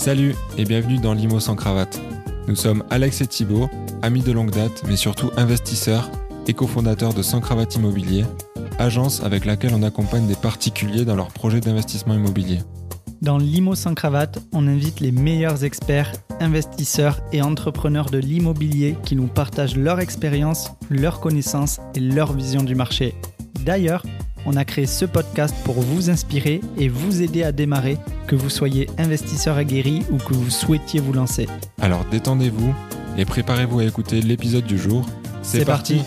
Salut et bienvenue dans l'IMO sans cravate. Nous sommes Alex et Thibaut, amis de longue date, mais surtout investisseurs et cofondateurs de Sans Cravate Immobilier, agence avec laquelle on accompagne des particuliers dans leurs projets d'investissement immobilier. Dans l'IMO sans cravate, on invite les meilleurs experts, investisseurs et entrepreneurs de l'immobilier qui nous partagent leur expérience, leurs connaissances et leur vision du marché. D'ailleurs, on a créé ce podcast pour vous inspirer et vous aider à démarrer, que vous soyez investisseur aguerri ou que vous souhaitiez vous lancer. Alors détendez-vous et préparez-vous à écouter l'épisode du jour. C'est parti.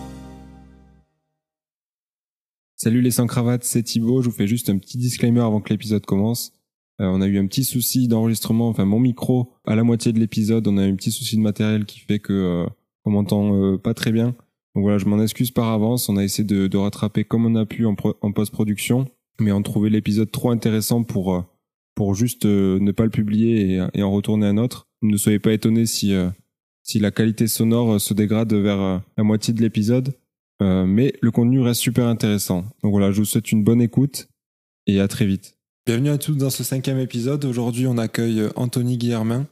Salut les sans cravates, c'est Thibaut. Je vous fais juste un petit disclaimer avant que l'épisode commence. On a eu un petit souci d'enregistrement, enfin mon micro à la moitié de l'épisode, on a eu un petit souci de matériel qui fait que on m'entend pas très bien. Donc voilà, je m'en excuse par avance. On a essayé de rattraper comme on a pu en post-production, mais on trouvait l'épisode trop intéressant pour juste ne pas le publier et en retourner un autre. Ne soyez pas étonnés si la qualité sonore se dégrade vers la moitié de l'épisode, mais le contenu reste super intéressant. Donc voilà, je vous souhaite une bonne écoute et à très vite. Bienvenue à tous dans ce 5e épisode. Aujourd'hui, on accueille Anthony Guillermin.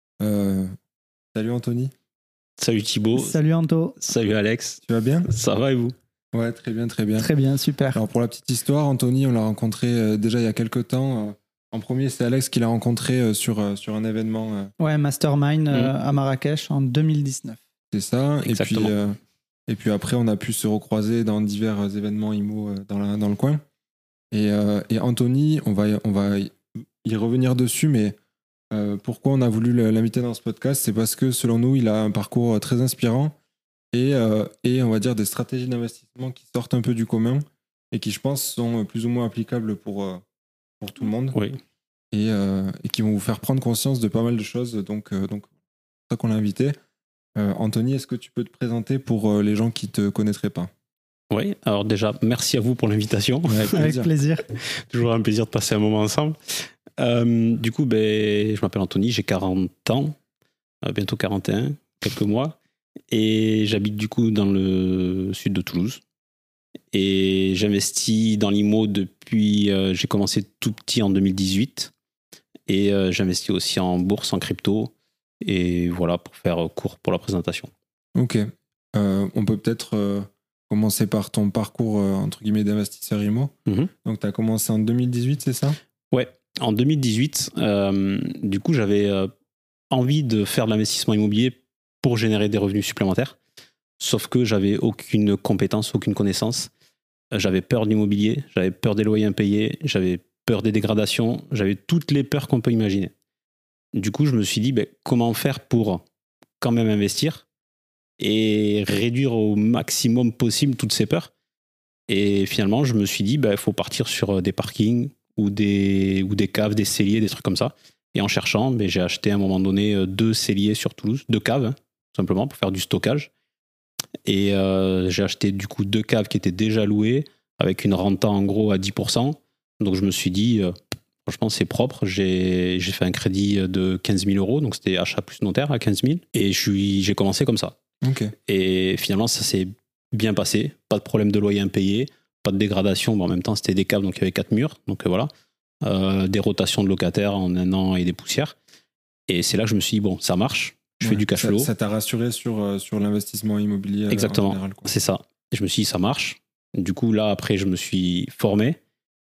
Salut Anthony. Salut Thibaut. Salut Anto. Salut Alex. Tu vas bien ? Ça va et vous ? Ouais, très bien, très bien. Très bien, super. Alors pour la petite histoire, Anthony, on l'a rencontré déjà il y a quelques temps. En premier, c'est Alex qui l'a rencontré sur un événement. Ouais, Mastermind à Marrakech en 2019. C'est ça. Exactement. Et puis après, on a pu se recroiser dans divers événements IMO dans le coin. Et Anthony, on va y revenir dessus, mais pourquoi on a voulu l'inviter dans ce podcast, c'est parce que selon nous, il a un parcours très inspirant et on va dire des stratégies d'investissement qui sortent un peu du commun et qui, je pense, sont plus ou moins applicables pour tout le monde. Oui. Et qui vont vous faire prendre conscience de pas mal de choses. Donc c'est pour ça qu'on l'a invité. Anthony, est-ce que tu peux te présenter pour les gens qui ne te connaîtraient pas ? Oui, alors déjà, merci à vous pour l'invitation. Ouais, Avec plaisir. Toujours un plaisir de passer un moment ensemble. Du coup, je m'appelle Anthony, j'ai 40 ans, bientôt 41, quelques mois. Et j'habite du coup dans le sud de Toulouse. Et j'investis dans l'IMO depuis, j'ai commencé tout petit en 2018. Et j'investis aussi en bourse, en crypto. Et voilà, pour faire court pour la présentation. Ok. On peut peut-être commencer par ton parcours, entre guillemets, d'investisseur IMO. Mm-hmm. Donc, tu as commencé en 2018, c'est ça ? Ouais, en 2018, du coup, j'avais envie de faire de l'investissement immobilier pour générer des revenus supplémentaires. Sauf que j'avais aucune compétence, aucune connaissance. J'avais peur de l'immobilier, j'avais peur des loyers impayés, j'avais peur des dégradations, j'avais toutes les peurs qu'on peut imaginer. Du coup, je me suis dit, comment faire pour quand même investir et réduire au maximum possible toutes ces peurs. Et finalement, je me suis dit, il faut partir sur des parkings ou des caves, des celliers, des trucs comme ça. Et en cherchant, j'ai acheté à un moment donné 2 celliers sur Toulouse, 2 caves, tout simplement, pour faire du stockage. Et j'ai acheté du coup 2 caves qui étaient déjà louées, avec une renta en gros à 10%. Donc je me suis dit, franchement, c'est propre. J'ai fait un crédit de 15 000 €, donc c'était achat plus notaire à 15 000. Et j'ai commencé comme ça. Okay. Et finalement, ça s'est bien passé. Pas de problème de loyer impayé, pas de dégradation. En même temps, c'était des caves, donc il y avait 4 murs. Donc voilà. Des rotations de locataires en 1 an et des poussières. Et c'est là que je me suis dit, ça marche. Je fais du cash flow. Ça t'a rassuré sur l'investissement immobilier. Exactement, en général, quoi. C'est ça. Et je me suis dit, ça marche. Du coup, là, après, je me suis formé.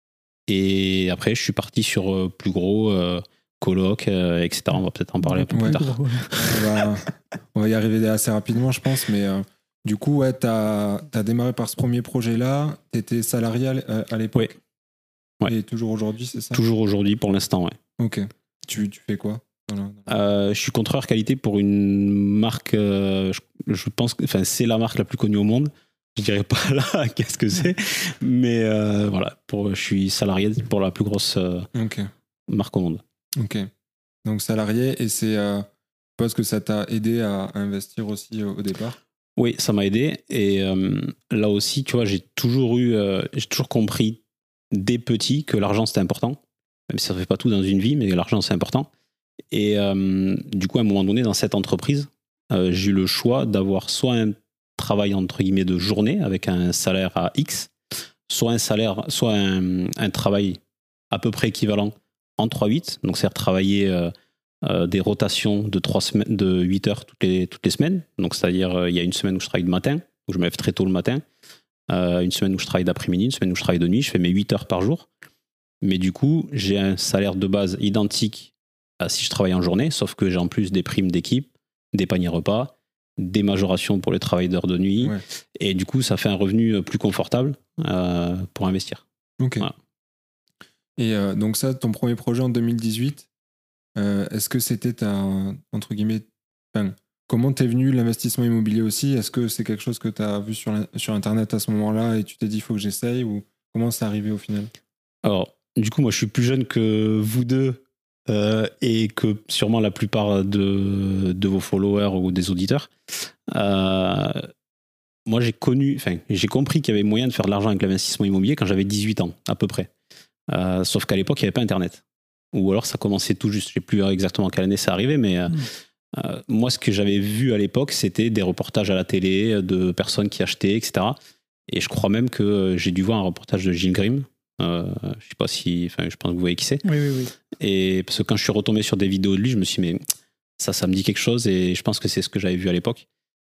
Et après, je suis parti sur plus gros, coloc, etc. On va peut-être en parler un peu plus tard. On va y arriver assez rapidement, je pense. Mais du coup, t'as démarré par ce premier projet-là. T'étais salarié à l'époque. Oui. Ouais. Et toujours aujourd'hui, c'est ça ? Toujours aujourd'hui, pour l'instant, ouais. Ok. Tu fais quoi ? Je suis contrôleur qualité pour une marque, je pense que c'est la marque la plus connue au monde. Je dirais pas là qu'est-ce que c'est, mais voilà, je suis salarié pour la plus grosse marque au monde. Ok. Donc salarié, et c'est je pense que ça t'a aidé à investir aussi au départ. Oui, ça m'a aidé, et là aussi, tu vois, j'ai toujours compris dès petit que l'argent c'était important, même si ça ne fait pas tout dans une vie, mais l'argent c'est important. Et du coup, à un moment donné, dans cette entreprise, j'ai eu le choix d'avoir soit un travail entre guillemets de journée avec un salaire à X, soit un travail à peu près équivalent en 3-8, donc c'est-à-dire travailler des rotations de 8 heures toutes les semaines. Donc, c'est-à-dire, il y a une semaine où je travaille de matin, où je me lève très tôt le matin, une semaine où je travaille d'après-midi, une semaine où je travaille de nuit, je fais mes 8 heures par jour. Mais du coup, j'ai un salaire de base identique à si je travaille en journée, sauf que j'ai en plus des primes d'équipe, des paniers repas, des majorations pour le travail d'heures de nuit. Ouais. Et du coup, ça fait un revenu plus confortable pour investir. Ok. Voilà. Et donc ça, ton premier projet en 2018, est-ce que c'était entre guillemets, comment t'es venu l'investissement immobilier aussi? Est-ce que c'est quelque chose que tu as vu sur Internet à ce moment-là et tu t'es dit il faut que j'essaye, ou comment c'est arrivé au final? Alors, du coup, moi je suis plus jeune que vous deux et que sûrement la plupart de vos followers ou des auditeurs. Moi j'ai compris qu'il y avait moyen de faire de l'argent avec l'investissement immobilier quand j'avais 18 ans à peu près. Sauf qu'à l'époque il n'y avait pas Internet. Ou alors ça commençait tout juste, je ne sais plus exactement quelle année ça arrivait, mais moi ce que j'avais vu à l'époque c'était des reportages à la télé de personnes qui achetaient, etc. Et je crois même que j'ai dû voir un reportage de Gilles Grimm. Je sais pas si, je pense que vous voyez qui c'est. Oui. Et parce que quand je suis retombé sur des vidéos de lui, je me suis dit, mais ça me dit quelque chose, et je pense que c'est ce que j'avais vu à l'époque.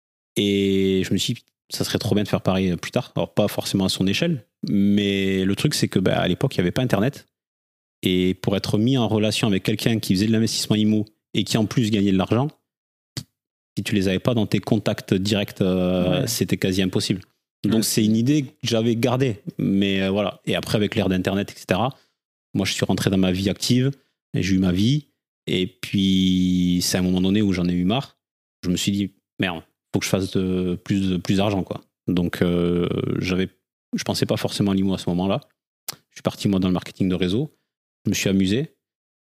Et je me suis dit, ça serait trop bien de faire pareil plus tard. Alors pas forcément à son échelle, mais le truc c'est que à l'époque il n'y avait pas Internet. Et pour être mis en relation avec quelqu'un qui faisait de l'investissement IMO et qui en plus gagnait de l'argent, si tu les avais pas dans tes contacts directs, c'était quasi impossible. Donc c'est une idée que j'avais gardée, mais voilà. Et après avec l'ère d'Internet, etc., moi je suis rentré dans ma vie active, et j'ai eu ma vie, et puis c'est à un moment donné où j'en ai eu marre. Je me suis dit, merde, faut que je fasse plus d'argent, quoi. Donc je pensais pas forcément à l'IMO à ce moment-là. Je suis parti moi dans le marketing de réseau, je me suis amusé,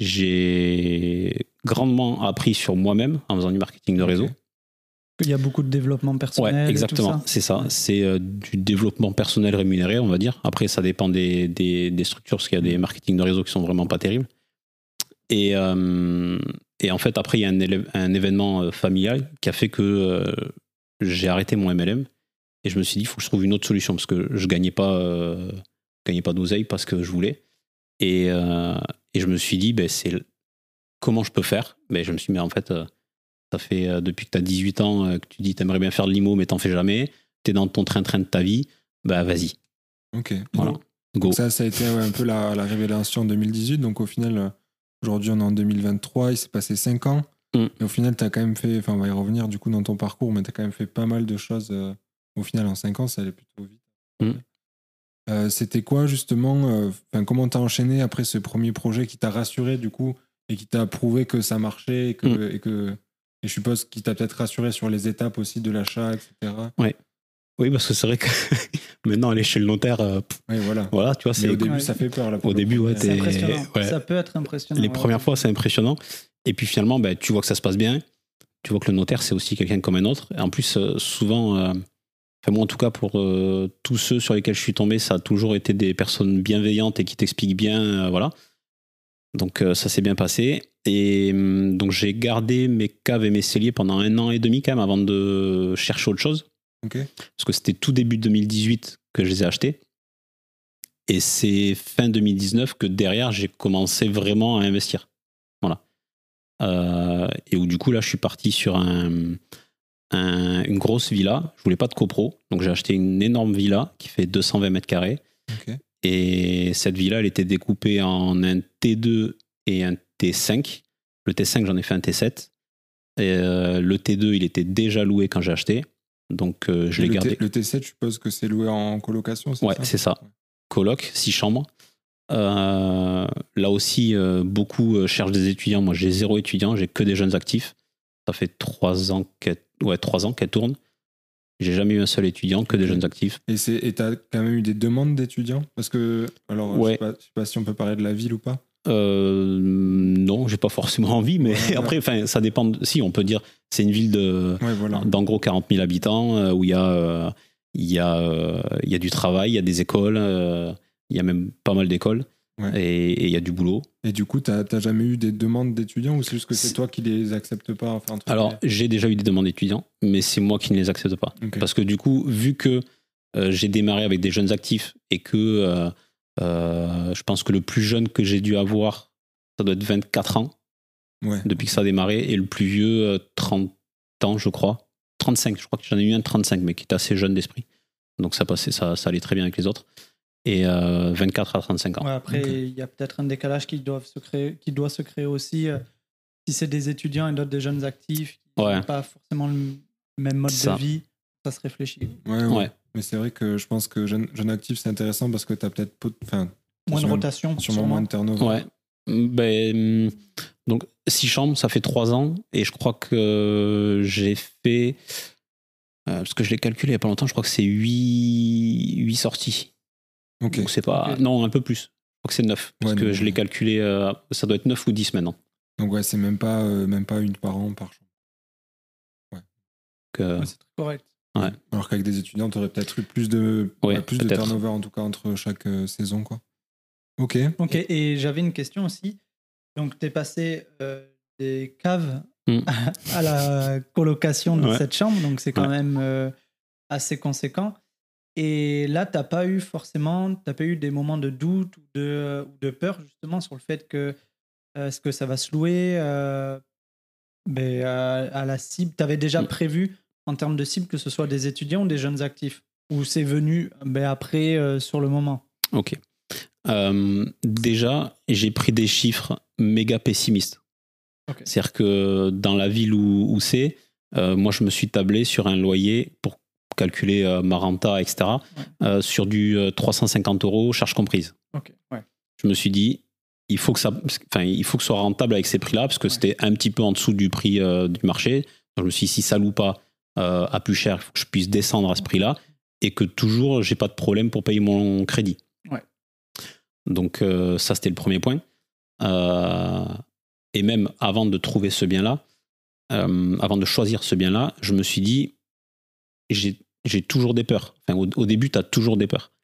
j'ai grandement appris sur moi-même en faisant du marketing de réseau. Il y a beaucoup de développement personnel. Ouais, exactement, et tout ça. c'est ça. C'est du développement personnel rémunéré, on va dire. Après, ça dépend des structures, parce qu'il y a des marketing de réseau qui sont vraiment pas terribles. Et en fait, après, il y a un événement familial qui a fait que j'ai arrêté mon MLM. Et je me suis dit, il faut que je trouve une autre solution, parce que je gagnais pas d'oseille parce que je voulais. Et je me suis dit, comment je peux faire? Je me suis dit, mais en fait... ça fait depuis que tu as 18 ans que tu dis que tu aimerais bien faire de l'IMO, mais tu n'en fais jamais. Tu es dans ton train-train de ta vie. Vas-y. Ok. Voilà. Go. Ça a été un peu la révélation en 2018. Donc au final, aujourd'hui, on est en 2023. Il s'est passé 5 ans. Et au final, tu as quand même fait... Enfin, on va y revenir du coup dans ton parcours, mais tu as quand même fait pas mal de choses. Au final, en 5 ans, ça allait plutôt vite. C'était quoi, justement comment tu as enchaîné après ce premier projet qui t'a rassuré, du coup, et qui t'a prouvé que ça marchait et je suppose qu'il t'a peut-être rassuré sur les étapes aussi de l'achat, etc. Ouais. Oui, parce que c'est vrai que maintenant, aller chez le notaire, voilà, tu vois, mais au début, ça fait peur. Là, au début, c'est impressionnant. Ça peut être impressionnant. Les premières fois, c'est impressionnant. Et puis finalement, tu vois que ça se passe bien. Tu vois que le notaire, c'est aussi quelqu'un comme un autre. Et en plus, souvent, moi, en tout cas, pour tous ceux sur lesquels je suis tombé, ça a toujours été des personnes bienveillantes et qui t'expliquent bien, voilà. Donc ça s'est bien passé, et donc j'ai gardé mes caves et mes celliers pendant 1 an et demi quand même avant de chercher autre chose. Okay. Parce que c'était tout début 2018 que je les ai achetés, et c'est fin 2019 que derrière j'ai commencé vraiment à investir. Voilà. Et où du coup là je suis parti sur une grosse villa. Je voulais pas de copro, donc j'ai acheté une énorme villa qui fait 220 mètres carrés. Okay. Et cette villa, elle était découpée en un T2 et un T5. Le T5, j'en ai fait un T7. Et le T2, il était déjà loué quand j'ai acheté. Donc, je l'ai gardé. Le T7, je suppose que c'est loué en colocation, c'est ça? Ouais, c'est ça. Coloc, 6 chambres. Là aussi, beaucoup cherchent des étudiants. Moi, j'ai 0 étudiant, j'ai que des jeunes actifs. Ça fait 3 ans qu'elle tourne. J'ai jamais eu un seul étudiant, que des jeunes actifs. Et tu as quand même eu des demandes d'étudiants? Parce que, alors, je sais pas si on peut parler de la ville ou pas. Non, j'ai pas forcément envie, mais après, ça dépend. Si, on peut dire, c'est une ville d'en gros 40 000 habitants, où il y a du travail, il y a des écoles, il y a même pas mal d'écoles, et il y a du boulot. Et du coup, t'as jamais eu des demandes d'étudiants, ou c'est juste que c'est toi qui les acceptes pas? Alors, j'ai déjà eu des demandes d'étudiants, mais c'est moi qui ne les accepte pas. Okay. Parce que du coup, vu que j'ai démarré avec des jeunes actifs, et que je pense que le plus jeune que j'ai dû avoir, ça doit être 24 ans, Ouais. depuis que ça a démarré. Et le plus vieux, 30 ans, je crois. 35, je crois que j'en ai eu un de 35, mais qui était assez jeune d'esprit. Donc ça passait, ça allait très bien avec les autres. Et 24 à 35 ans. Ouais, après, il y a peut-être un décalage qui doit se créer aussi. Si c'est des étudiants et d'autres des jeunes actifs qui n'ont pas forcément le même mode de vie, ça se réfléchit. Ouais. Mais c'est vrai que je pense que jeune actif, c'est intéressant parce que tu as peut-être moins de rotation. Sûrement moins de turnover. Ouais. Donc 6 chambres, ça fait 3 ans. Et je crois que j'ai fait... parce que je l'ai calculé il n'y a pas longtemps, je crois que c'est 8 sorties. Okay. Donc c'est pas... Okay. Non, un peu plus. Je crois que c'est 9. Parce que je l'ai calculé, ça doit être 9 ou 10 maintenant. Donc ouais, c'est même pas une par an par chambre. Ouais. C'est très correct. Ouais. Alors qu'avec des étudiants, tu aurais peut-être eu plus de turnover en tout cas entre chaque saison, quoi. Ok, et j'avais une question aussi. Donc tu es passé des caves à la colocation de cette chambre, donc c'est quand même assez conséquent. Et là, t'as pas eu des moments de doute ou de peur justement sur le fait que est-ce que ça va se louer à la cible. T'avais déjà prévu en termes de cible que ce soit des étudiants ou des jeunes actifs, ou c'est venu après sur le moment? Ok. Déjà, j'ai pris des chiffres méga pessimistes. Okay. C'est-à-dire que dans la ville où c'est, moi je me suis tablé sur un loyer pour calculer ma renta, etc. Sur du 350 € charges comprises. Okay. Ouais. Je me suis dit, il faut que ce soit rentable avec ces prix-là, parce que c'était un petit peu en dessous du prix du marché. Donc je me suis dit, si ça loue pas à plus cher, il faut que je puisse descendre à ce prix-là et que toujours, j'ai pas de problème pour payer mon crédit. Ouais. Donc ça, c'était le premier point. Et même avant de trouver ce bien-là, avant de choisir ce bien-là, je me suis dit, j'ai toujours des peurs. Enfin, au début, tu as toujours des peurs.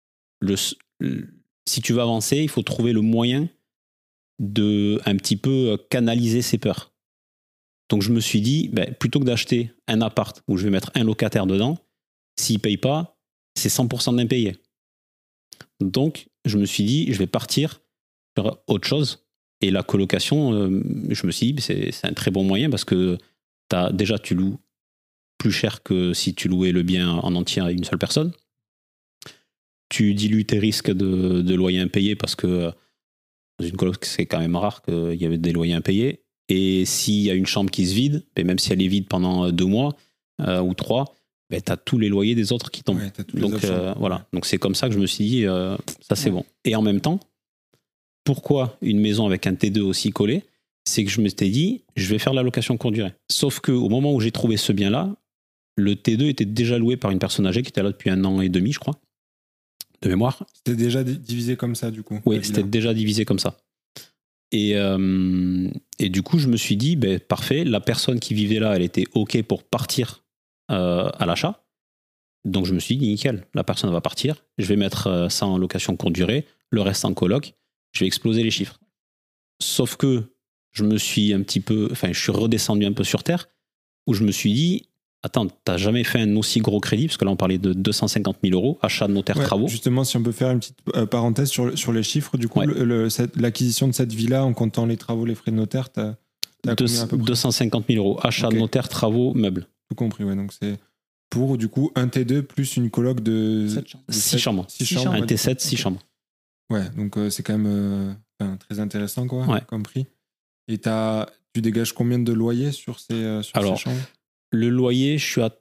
Si tu veux avancer, il faut trouver le moyen de un petit peu canaliser ces peurs. Donc je me suis dit, plutôt que d'acheter un appart où je vais mettre un locataire dedans, s'il ne paye pas, c'est 100% d'impayé. Donc je me suis dit, je vais partir sur autre chose. Et la colocation, je me suis dit, c'est un très bon moyen parce que déjà tu loues plus cher que si tu louais le bien en entier à une seule personne. Tu dilues tes risques de loyer impayé parce que dans une coloc, c'est quand même rare qu'il y avait des loyers impayés. Et s'il y a une chambre qui se vide, même si elle est vide pendant 2 mois ou 3, tu as tous les loyers des autres qui tombent. Ouais, donc voilà. Donc c'est comme ça que je me suis dit, ça c'est bon. Et en même temps, pourquoi une maison avec un T2 aussi collé? C'est que je me suis dit, je vais faire la location courte durée. Sauf qu'au moment où j'ai trouvé ce bien-là, le T2 était déjà loué par une personne âgée qui était là depuis 1 an et demi, je crois, de mémoire. C'était déjà divisé comme ça, du coup? Oui, c'était déjà divisé comme ça. Et du coup, je me suis dit, parfait, la personne qui vivait là, elle était OK pour partir à l'achat. Donc je me suis dit, nickel, la personne va partir, je vais mettre ça en location courte durée, le reste en coloc, je vais exploser les chiffres. Sauf que je suis redescendu un peu sur terre, où je me suis dit, attends, t'as jamais fait un aussi gros crédit, parce que là on parlait de 250 000 € achat de notaire travaux. Justement, si on peut faire une petite parenthèse sur les chiffres, du coup, l'acquisition de cette villa en comptant les travaux, les frais de notaire, t'as combien à peu près? 250 000 € achat de notaire, travaux, meubles. Tout compris, ouais. Donc c'est pour du coup un T2 plus une coloc de 6 chambres. 6 chambres. Un T7, 6 chambres. Ouais, donc c'est quand même très intéressant, quoi, comme prix. Et tu dégages combien de loyers sur ces chambres? Le loyer, je suis à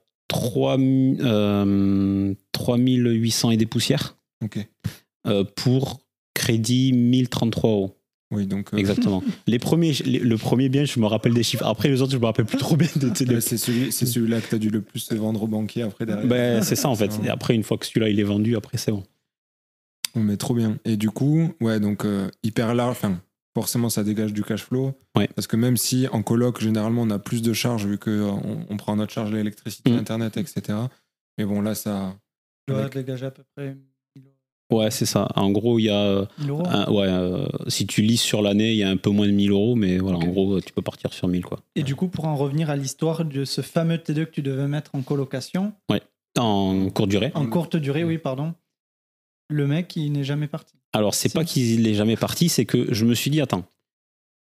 3800 et des poussières. Ok. Pour crédit 1033 €. Oui, donc. Exactement. Le premier bien, je me rappelle des chiffres. Après, les autres, je me rappelle plus trop bien. C'est celui-là que tu as dû le plus vendre au banquier après derrière. C'est ça en fait. Et après, une fois que celui-là il est vendu, après c'est bon. Mais trop bien. Et du coup, donc hyper large. Enfin, forcément, ça dégage du cash flow. Ouais. Parce que même si en coloc, généralement, on a plus de charges vu qu'on prend notre charge l'électricité, Internet, etc. Mais bon, là, ça. Tu dois dégager à peu près. Ouais, c'est ça. En gros, il y a. Si tu lises sur l'année, il y a un peu moins de 1 000 €, mais voilà, en gros, tu peux partir sur 1000, quoi. Et du coup, pour en revenir à l'histoire de ce fameux T2 que tu devais mettre en colocation. Ouais, en courte durée. En courte durée, oui, pardon. Le mec, il n'est jamais parti. Alors, c'est pas qu'il n'est jamais parti, c'est que je me suis dit, attends,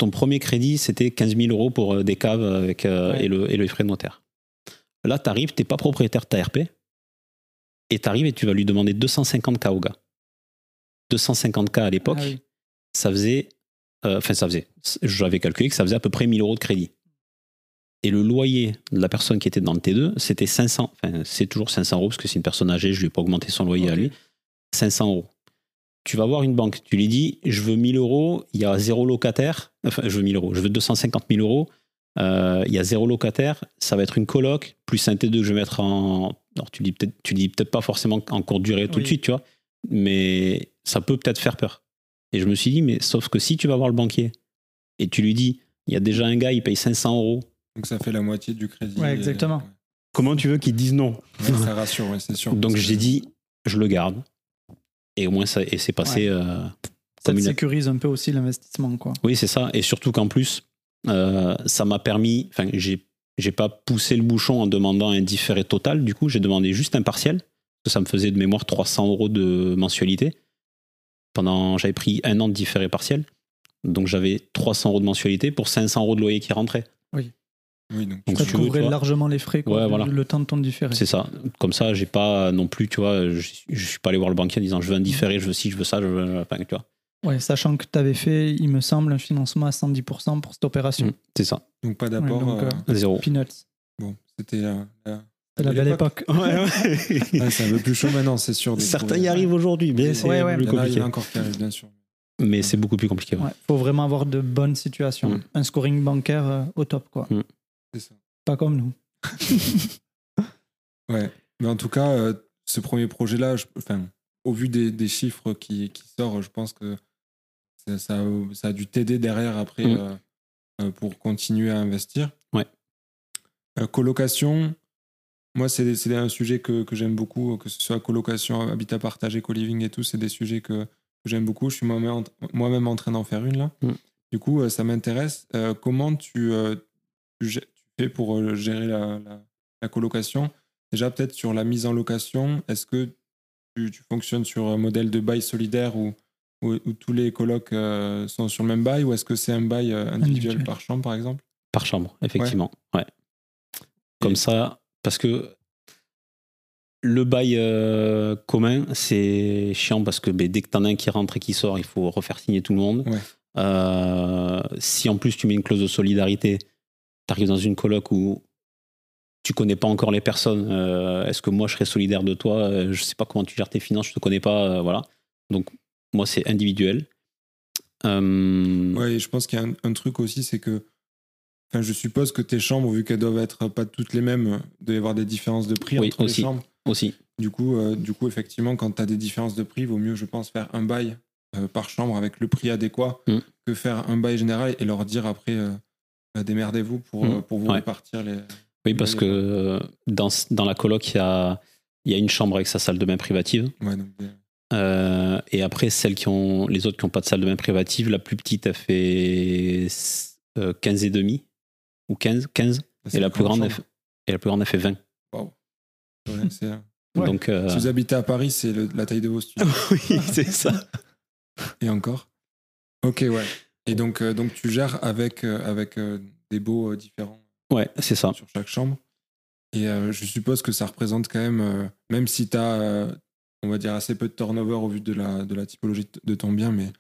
ton premier crédit, c'était 15 000 euros pour des caves avec, et le frais de notaire. Là, tu arrives, tu n'es pas propriétaire de ta RP, et tu arrives et tu vas lui demander 250K au gars. 250K à l'époque, ça faisait... j'avais calculé que ça faisait à peu près 1 000 euros de crédit. Et le loyer de la personne qui était dans le T2, c'était 500, enfin c'est toujours 500 euros, parce que c'est une personne âgée, je ne lui ai pas augmenté son loyer à lui, 500 euros. Tu vas voir une banque, tu lui dis, je veux 1 000 euros, il y a 0 locataire, enfin je veux 1 000 euros, je veux 250 000 euros, il y a 0 locataire, ça va être une coloc, plus un T2 que je vais mettre en... Alors tu dis peut-être pas forcément en courte durée tout de suite, tu vois, mais ça peut peut-être faire peur. Et je me suis dit, mais sauf que si tu vas voir le banquier, et tu lui dis, il y a déjà un gars, il paye 500 euros, donc ça fait la moitié du crédit. Ouais, exactement. Comment tu veux qu'ils disent non? Ça rassure, c'est sûr. Donc j'ai dit, je le garde. Et au moins, ça, et c'est passé... ça te sécurise un peu aussi l'investissement, quoi. Oui, c'est ça. Et surtout qu'en plus, ça m'a permis... Enfin, j'ai pas poussé le bouchon en demandant un différé total. Du coup, j'ai demandé juste un partiel. Parce que ça me faisait de mémoire 300 euros de mensualité. J'avais pris 1 an de différé partiel. Donc j'avais 300 euros de mensualité pour 500 euros de loyer qui rentrait. Oui, donc ça couvrait largement les frais, quoi, le temps de ton différé. C'est ça. Comme ça, j'ai pas non plus, tu vois, je suis pas allé voir le banquier en disant je veux un différé, je veux ci, je veux ça, je veux... Enfin, tu vois. Ouais, sachant que tu avais fait, il me semble, un financement à 100% pour cette opération. C'est ça. Donc pas d'apport. 0. Peanuts. Bon, c'était la belle époque. C'est un peu plus chaud maintenant, c'est sûr. Certains y arrivent aujourd'hui, mais c'est plus compliqué. Il y en a encore qui arrivent, bien sûr. Mais c'est beaucoup plus compliqué. Ouais. Faut vraiment avoir de bonnes situations. Un scoring bancaire au top, quoi. C'est ça. Pas comme nous. Ouais. Mais en tout cas, ce premier projet-là, au vu des chiffres qui sortent, je pense que ça a dû t'aider derrière après pour continuer à investir. Ouais. Colocation, moi, c'est un sujet que j'aime beaucoup, que ce soit colocation, habitat partagé, co-living et tout, c'est des sujets que j'aime beaucoup. Je suis moi-même en train d'en faire une, là. Du coup, ça m'intéresse. Comment tu fais pour gérer la colocation? Déjà, peut-être sur la mise en location, est-ce que tu fonctionnes sur un modèle de bail solidaire où tous les colocs sont sur le même bail, ou est-ce que c'est un bail individuel par chambre, par exemple? Par chambre, effectivement. Ouais. Comme ça, parce que le bail commun, c'est chiant parce que dès que t'en as un qui rentre et qui sort, il faut refaire signer tout le monde. Si en plus tu mets une clause de solidarité, t'arrives dans une coloc où tu connais pas encore les personnes, est-ce que moi je serais solidaire de toi? Je sais pas comment tu gères tes finances, je te connais pas, voilà. Donc moi c'est individuel. Ouais, et je pense qu'il y a un truc aussi, c'est que je suppose que tes chambres, vu qu'elles doivent être pas toutes les mêmes, il doit y avoir des différences de prix entre les chambres. Aussi. Du coup, effectivement, quand tu as des différences de prix, il vaut mieux, je pense, faire un bail par chambre avec le prix adéquat que faire un bail général et leur dire après démerdez-vous pour vous répartir les... Oui, parce que dans la coloc, il y a une chambre avec sa salle de bain privative. Ouais, donc, et après, les autres qui n'ont pas de salle de bain privative, la plus petite, elle fait 15,5 ou 15 et la plus grande, elle fait 20. Wow. Ouais, donc, si vous habitez à Paris, c'est la taille de vos studios. Oui, c'est ça. Et encore. Ok, ouais. Et donc tu gères avec des baux différents. Ouais, c'est ça. Sur chaque chambre. Et je suppose que ça représente quand même si tu as, on va dire, assez peu de turnover au vu de la typologie de ton bien, mais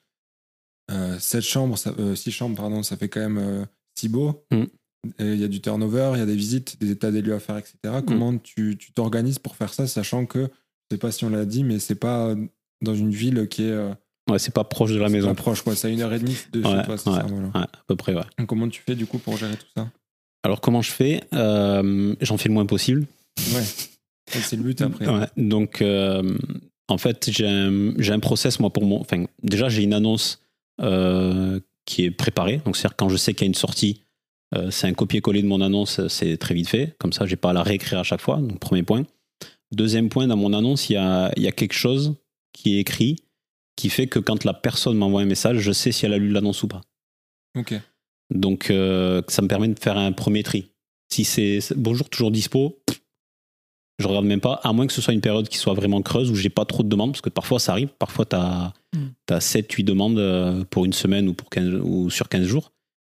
6 chambres, ça fait quand même 6 baux. Il y a du turnover, il y a des visites, des états des lieux à faire, etc. Comment tu t'organises pour faire ça, sachant que, je sais pas si on l'a dit, mais c'est pas dans une ville qui est... Ouais, c'est pas proche de la maison. C'est pas proche, quoi. C'est à 1h30 de chez toi, c'est ça, voilà. Ouais, à peu près, ouais. Donc, comment tu fais, du coup, pour gérer tout ça? Alors, comment je fais? J'en fais le moins possible. Ouais, et c'est le but après. Ouais. Donc, en fait, j'ai un process, moi, pour mon... Enfin, déjà, j'ai une annonce qui est préparée. Donc, c'est-à-dire, quand je sais qu'il y a une sortie, c'est un copier-coller de mon annonce, c'est très vite fait. Comme ça, j'ai pas à la réécrire à chaque fois. Donc, premier point. Deuxième point, dans mon annonce, il y a quelque chose qui est écrit qui fait que quand la personne m'envoie un message, je sais si elle a lu l'annonce ou pas. Ok. Donc, ça me permet de faire un premier tri. Si c'est bonjour, toujours dispo, je regarde même pas, à moins que ce soit une période qui soit vraiment creuse où j'ai pas trop de demandes, parce que parfois ça arrive, parfois t'as 7-8 demandes pour une semaine ou sur 15 jours.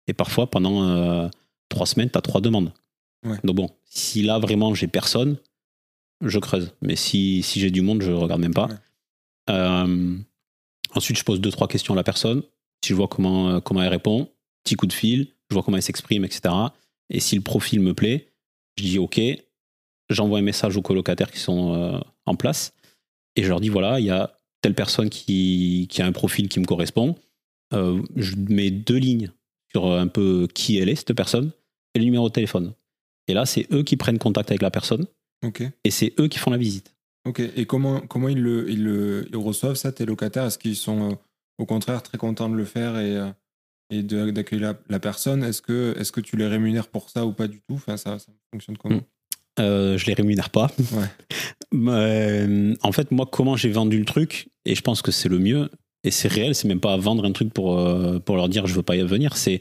Et parfois, pendant 3 semaines, tu as 3 demandes. Ouais. Donc bon, si là, vraiment, j'ai personne, je creuse. Mais si j'ai du monde, je regarde même pas. Ouais. Ensuite, je pose 2-3 questions à la personne. Si je vois comment elle répond, petit coup de fil, je vois comment elle s'exprime, etc. Et si le profil me plaît, je dis OK, j'envoie un message aux colocataires qui sont en place et je leur dis voilà, il y a telle personne qui a un profil qui me correspond. Je mets 2 lignes sur un peu qui elle est, cette personne, et le numéro de téléphone. Et là, c'est eux qui prennent contact avec la personne. Okay. Et c'est eux qui font la visite. Ok. Et comment ils reçoivent ça, tes locataires? Est-ce qu'ils sont au contraire très contents de le faire et d'accueillir la personne? Est-ce que tu les rémunères pour ça ou pas du tout? Enfin, ça fonctionne comment? Je les rémunère pas. Ouais. En fait, moi, comment j'ai vendu le truc, et je pense que c'est le mieux, et c'est réel, c'est même pas vendre un truc pour leur dire je veux pas y venir, c'est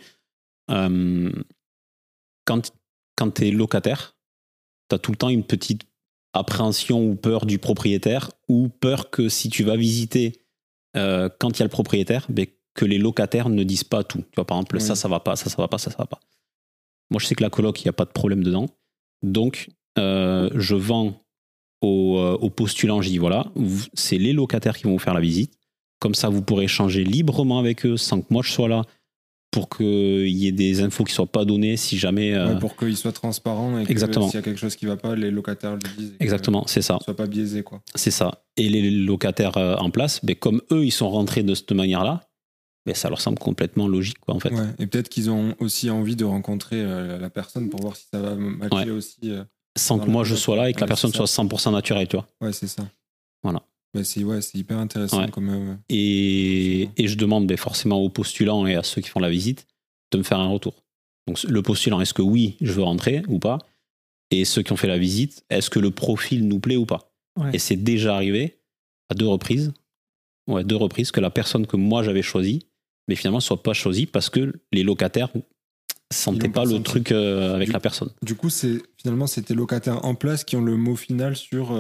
quand t'es locataire, t'as tout le temps une petite appréhension ou peur du propriétaire, ou peur que si tu vas visiter quand il y a le propriétaire, ben, que les locataires ne disent pas tout. Tu vois, par exemple, oui. ça va pas, ça va pas, ça va pas. Moi, je sais que la coloc, il n'y a pas de problème dedans. Donc, je vends aux postulants, je dis voilà, c'est les locataires qui vont vous faire la visite. Comme ça, vous pourrez échanger librement avec eux sans que moi je sois là pour qu'il y ait des infos qui ne soient pas données si jamais. Pour qu'ils soient transparents et que s'il y a quelque chose qui ne va pas, les locataires le disent. Exactement, c'est ça. Ne soient pas biaisés, quoi. C'est ça. Et les locataires en place, ben, comme eux, ils sont rentrés de cette manière-là, ben, ça leur semble complètement logique, quoi, en fait. Ouais. Et peut-être qu'ils ont aussi envie de rencontrer la personne pour voir si ça va matcher aussi. Sans que moi je sois là et que la personne soit 100% naturelle, tu vois. Ouais, c'est ça. Voilà. Bah c'est hyper intéressant. Ouais. Comme, et je demande forcément aux postulants et à ceux qui font la visite de me faire un retour. Donc le postulant, est-ce que oui, je veux rentrer ou pas? Et ceux qui ont fait la visite, est-ce que le profil nous plaît ou pas? Ouais. Et c'est déjà arrivé à 2 reprises que la personne que moi j'avais choisie, mais finalement ne soit pas choisie parce que les locataires sentaient pas le truc avec la personne. Du coup, finalement, c'est tes locataires en place qui ont le mot final sur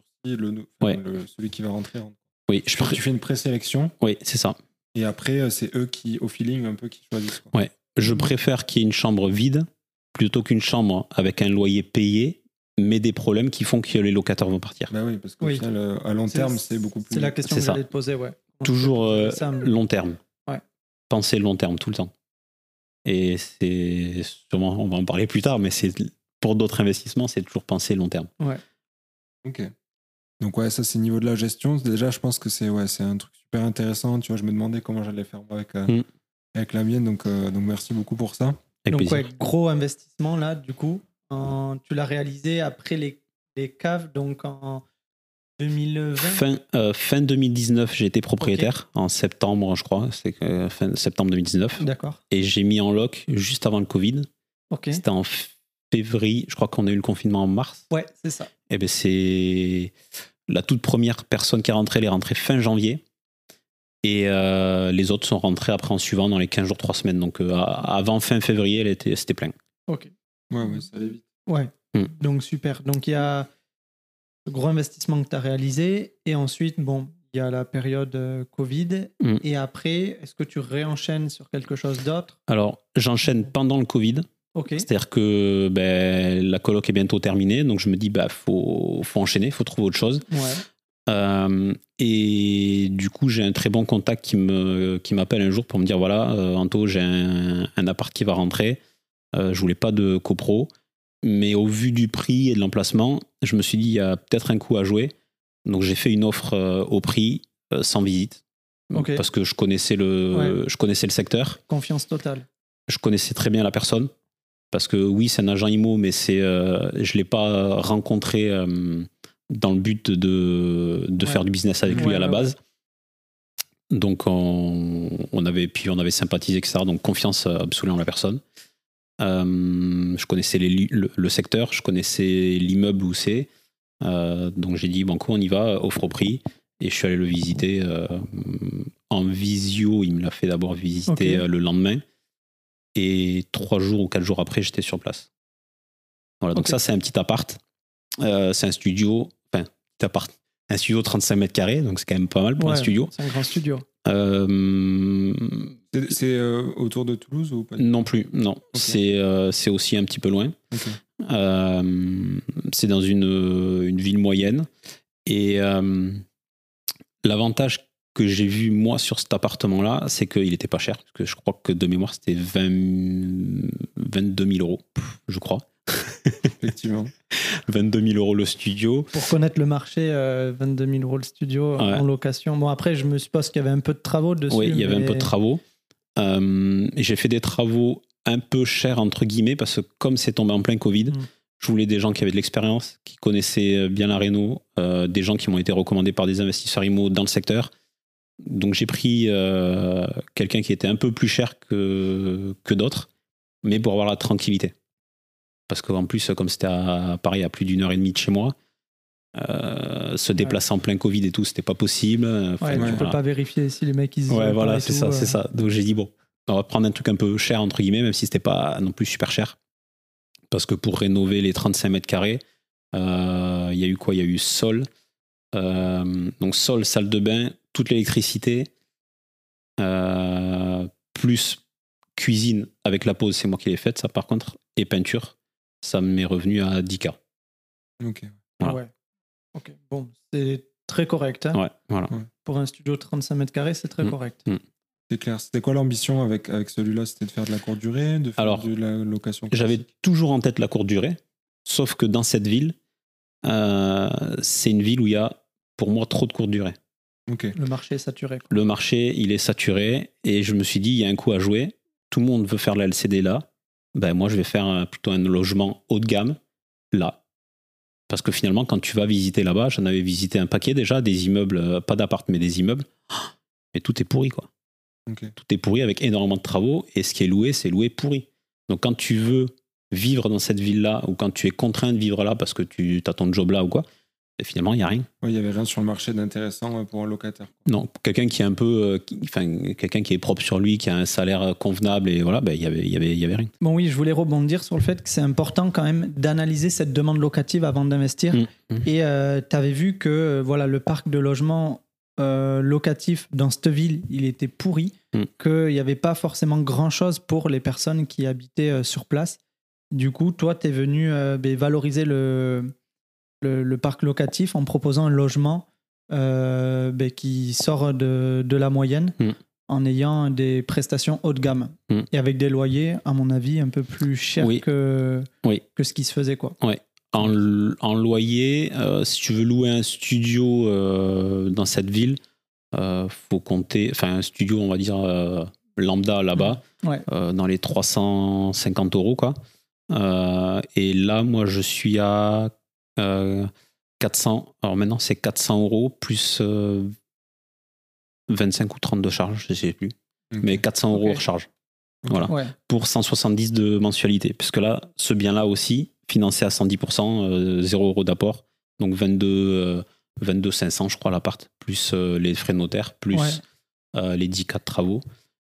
celui qui va rentrer. Oui, tu fais une présélection. Oui, c'est ça. Et après, c'est eux qui, au feeling, un peu, qui choisissent. Quoi. Ouais. Je préfère qu'il y ait une chambre vide plutôt qu'une chambre avec un loyer payé, mais des problèmes qui font que les locataires vont partir. Bah oui, parce qu'au final, à long terme, c'est beaucoup plus... C'est la question que j'allais te poser, ouais. Toujours long terme. Ouais. Penser long terme, tout le temps. Et c'est sûrement, on va en parler plus tard, mais c'est pour d'autres investissements, c'est toujours penser long terme. Ouais. Ok. Donc ouais, ça c'est niveau de la gestion. Déjà, je pense que c'est un truc super intéressant. Tu vois, je me demandais comment j'allais faire moi avec la mienne. Donc merci beaucoup pour ça. Avec donc plaisir. Ouais, gros investissement là, du coup. Tu l'as réalisé après les caves, donc en 2020. Fin 2019, j'ai été propriétaire en septembre, je crois. C'est fin septembre 2019. D'accord. Et j'ai mis en loc juste avant le Covid. Ok. C'était en février. Je crois qu'on a eu le confinement en mars. Ouais, c'est ça. Et ben c'est la toute première personne qui est rentrée. Elle est rentrée fin janvier. Et les autres sont rentrés après en suivant dans les 15 jours, 3 semaines. Donc avant fin février, c'était plein. Ok. Ouais, ça allait vite. Ouais. Donc super. Donc il y a le gros investissement que tu as réalisé. Et ensuite, il y a la période Covid. Et après, est-ce que tu réenchaînes sur quelque chose d'autre? Alors, j'enchaîne pendant le Covid. Okay. C'est-à-dire que la coloc est bientôt terminée. Donc, je me dis, faut enchaîner, il faut trouver autre chose. Ouais. Et du coup, j'ai un très bon contact qui m'appelle un jour pour me dire, voilà, Anto, j'ai un appart qui va rentrer. Je voulais pas de copro. Mais au vu du prix et de l'emplacement, je me suis dit, il y a peut-être un coup à jouer. Donc, j'ai fait une offre au prix, sans visite. Okay. Parce que je connaissais le secteur. Confiance totale. Je connaissais très bien la personne. Parce que oui, c'est un agent IMO, mais je ne l'ai pas rencontré dans le but de faire du business avec lui à la base. Donc, on avait sympathisé, etc. Donc, confiance absolue en la personne. Je connaissais le secteur, je connaissais l'immeuble où c'est. Donc j'ai dit, banco, on y va, offre au prix. Et je suis allé le visiter en visio. Il me l'a fait d'abord visiter le lendemain. Et 3 jours ou 4 jours après, j'étais sur place. Voilà, donc ça, c'est un petit appart. C'est un studio. Enfin, petit appart. un studio de 35 mètres carrés, donc c'est quand même pas mal pour un studio. C'est un grand studio. C'est autour de Toulouse ou pas? Non plus, non. Okay. C'est aussi un petit peu loin. Okay. C'est dans une ville moyenne. Et l'avantage que j'ai vu, moi, sur cet appartement-là, c'est qu'il n'était pas cher. Parce que je crois que de mémoire, c'était 22 000 euros, je crois. Effectivement. 22 000 euros le studio. Pour connaître le marché, 22 000 euros le studio en location. Bon, après, je me suppose qu'il y avait un peu de travaux dessus. Oui, il y avait un peu de travaux. J'ai fait des travaux un peu chers, entre guillemets, parce que comme c'est tombé en plein Covid, je voulais des gens qui avaient de l'expérience, qui connaissaient bien la réno, des gens qui m'ont été recommandés par des investisseurs IMO dans le secteur. Donc j'ai pris quelqu'un qui était un peu plus cher que d'autres, mais pour avoir la tranquillité. Parce qu'en plus, comme c'était à Paris, à plus d'1 heure et demie de chez moi, se déplacer en plein Covid et tout, c'était pas possible. Tu peux pas vérifier si les mecs ils voilà, c'est ça, c'est ça. Donc j'ai dit bon, on va prendre un truc un peu cher entre guillemets, même si c'était pas non plus super cher. Parce que pour rénover les 35 mètres carrés, il y a eu quoi? Il y a eu sol, donc sol, salle de bain, toute l'électricité, plus cuisine avec la pause, c'est moi qui l'ai faite, ça par contre, et peinture, ça m'est revenu à 10K. Ok. Voilà. Ouais. Ok. Bon, c'est très correct. Hein. Ouais, voilà. Pour un studio de 35 mètres carrés, c'est très correct. C'est clair. C'était quoi l'ambition avec celui-là? C'était de faire de la courte durée, de faire de la location classique? J'avais toujours en tête la courte durée, sauf que dans cette ville, c'est une ville où il y a, pour moi, trop de courte durée. Okay. Le marché est saturé. Quoi. Le marché, il est saturé, et je me suis dit, il y a un coup à jouer. Tout le monde veut faire la LCD là. Ben moi, je vais faire plutôt un logement haut de gamme là. Parce que finalement, quand tu vas visiter là-bas, j'en avais visité un paquet déjà, des immeubles, pas d'appart, mais des immeubles. Mais tout est pourri, quoi. Okay. Tout est pourri avec énormément de travaux, et ce qui est loué, c'est loué pourri. Donc quand tu veux vivre dans cette ville-là, ou quand tu es contraint de vivre là parce que tu as ton job là ou quoi, et finalement, il n'y a rien. Il n'y avait rien sur le marché d'intéressant pour un locataire. Non, quelqu'un qui est un peu, quelqu'un qui est propre sur lui, qui a un salaire convenable, et voilà, il y avait rien. Bon oui, je voulais rebondir sur le fait que c'est important quand même d'analyser cette demande locative avant d'investir. Et tu avais vu que voilà, le parc de logements locatifs dans cette ville, il était pourri, qu'il n'y avait pas forcément grand-chose pour les personnes qui habitaient sur place. Du coup, toi, tu es venu valoriser le parc locatif en proposant un logement qui sort de la moyenne en ayant des prestations haut de gamme et avec des loyers, à mon avis, un peu plus chers que ce qui se faisait. Quoi. Oui. En loyer, si tu veux louer un studio dans cette ville, faut compter, un studio, on va dire, lambda là-bas, dans les 350 €, quoi. Et là, moi, je suis à 400. Alors maintenant, c'est 400 € plus 25 ou 30 de charge, je ne sais plus. Mais 400 € hors charge. Voilà. Pour 170 de mensualité. Puisque là, ce bien-là aussi, financé à 110%, 0 € d'apport. Donc 22 500, je crois, l'appart. Plus les frais de notaire, plus les 10 cas de travaux.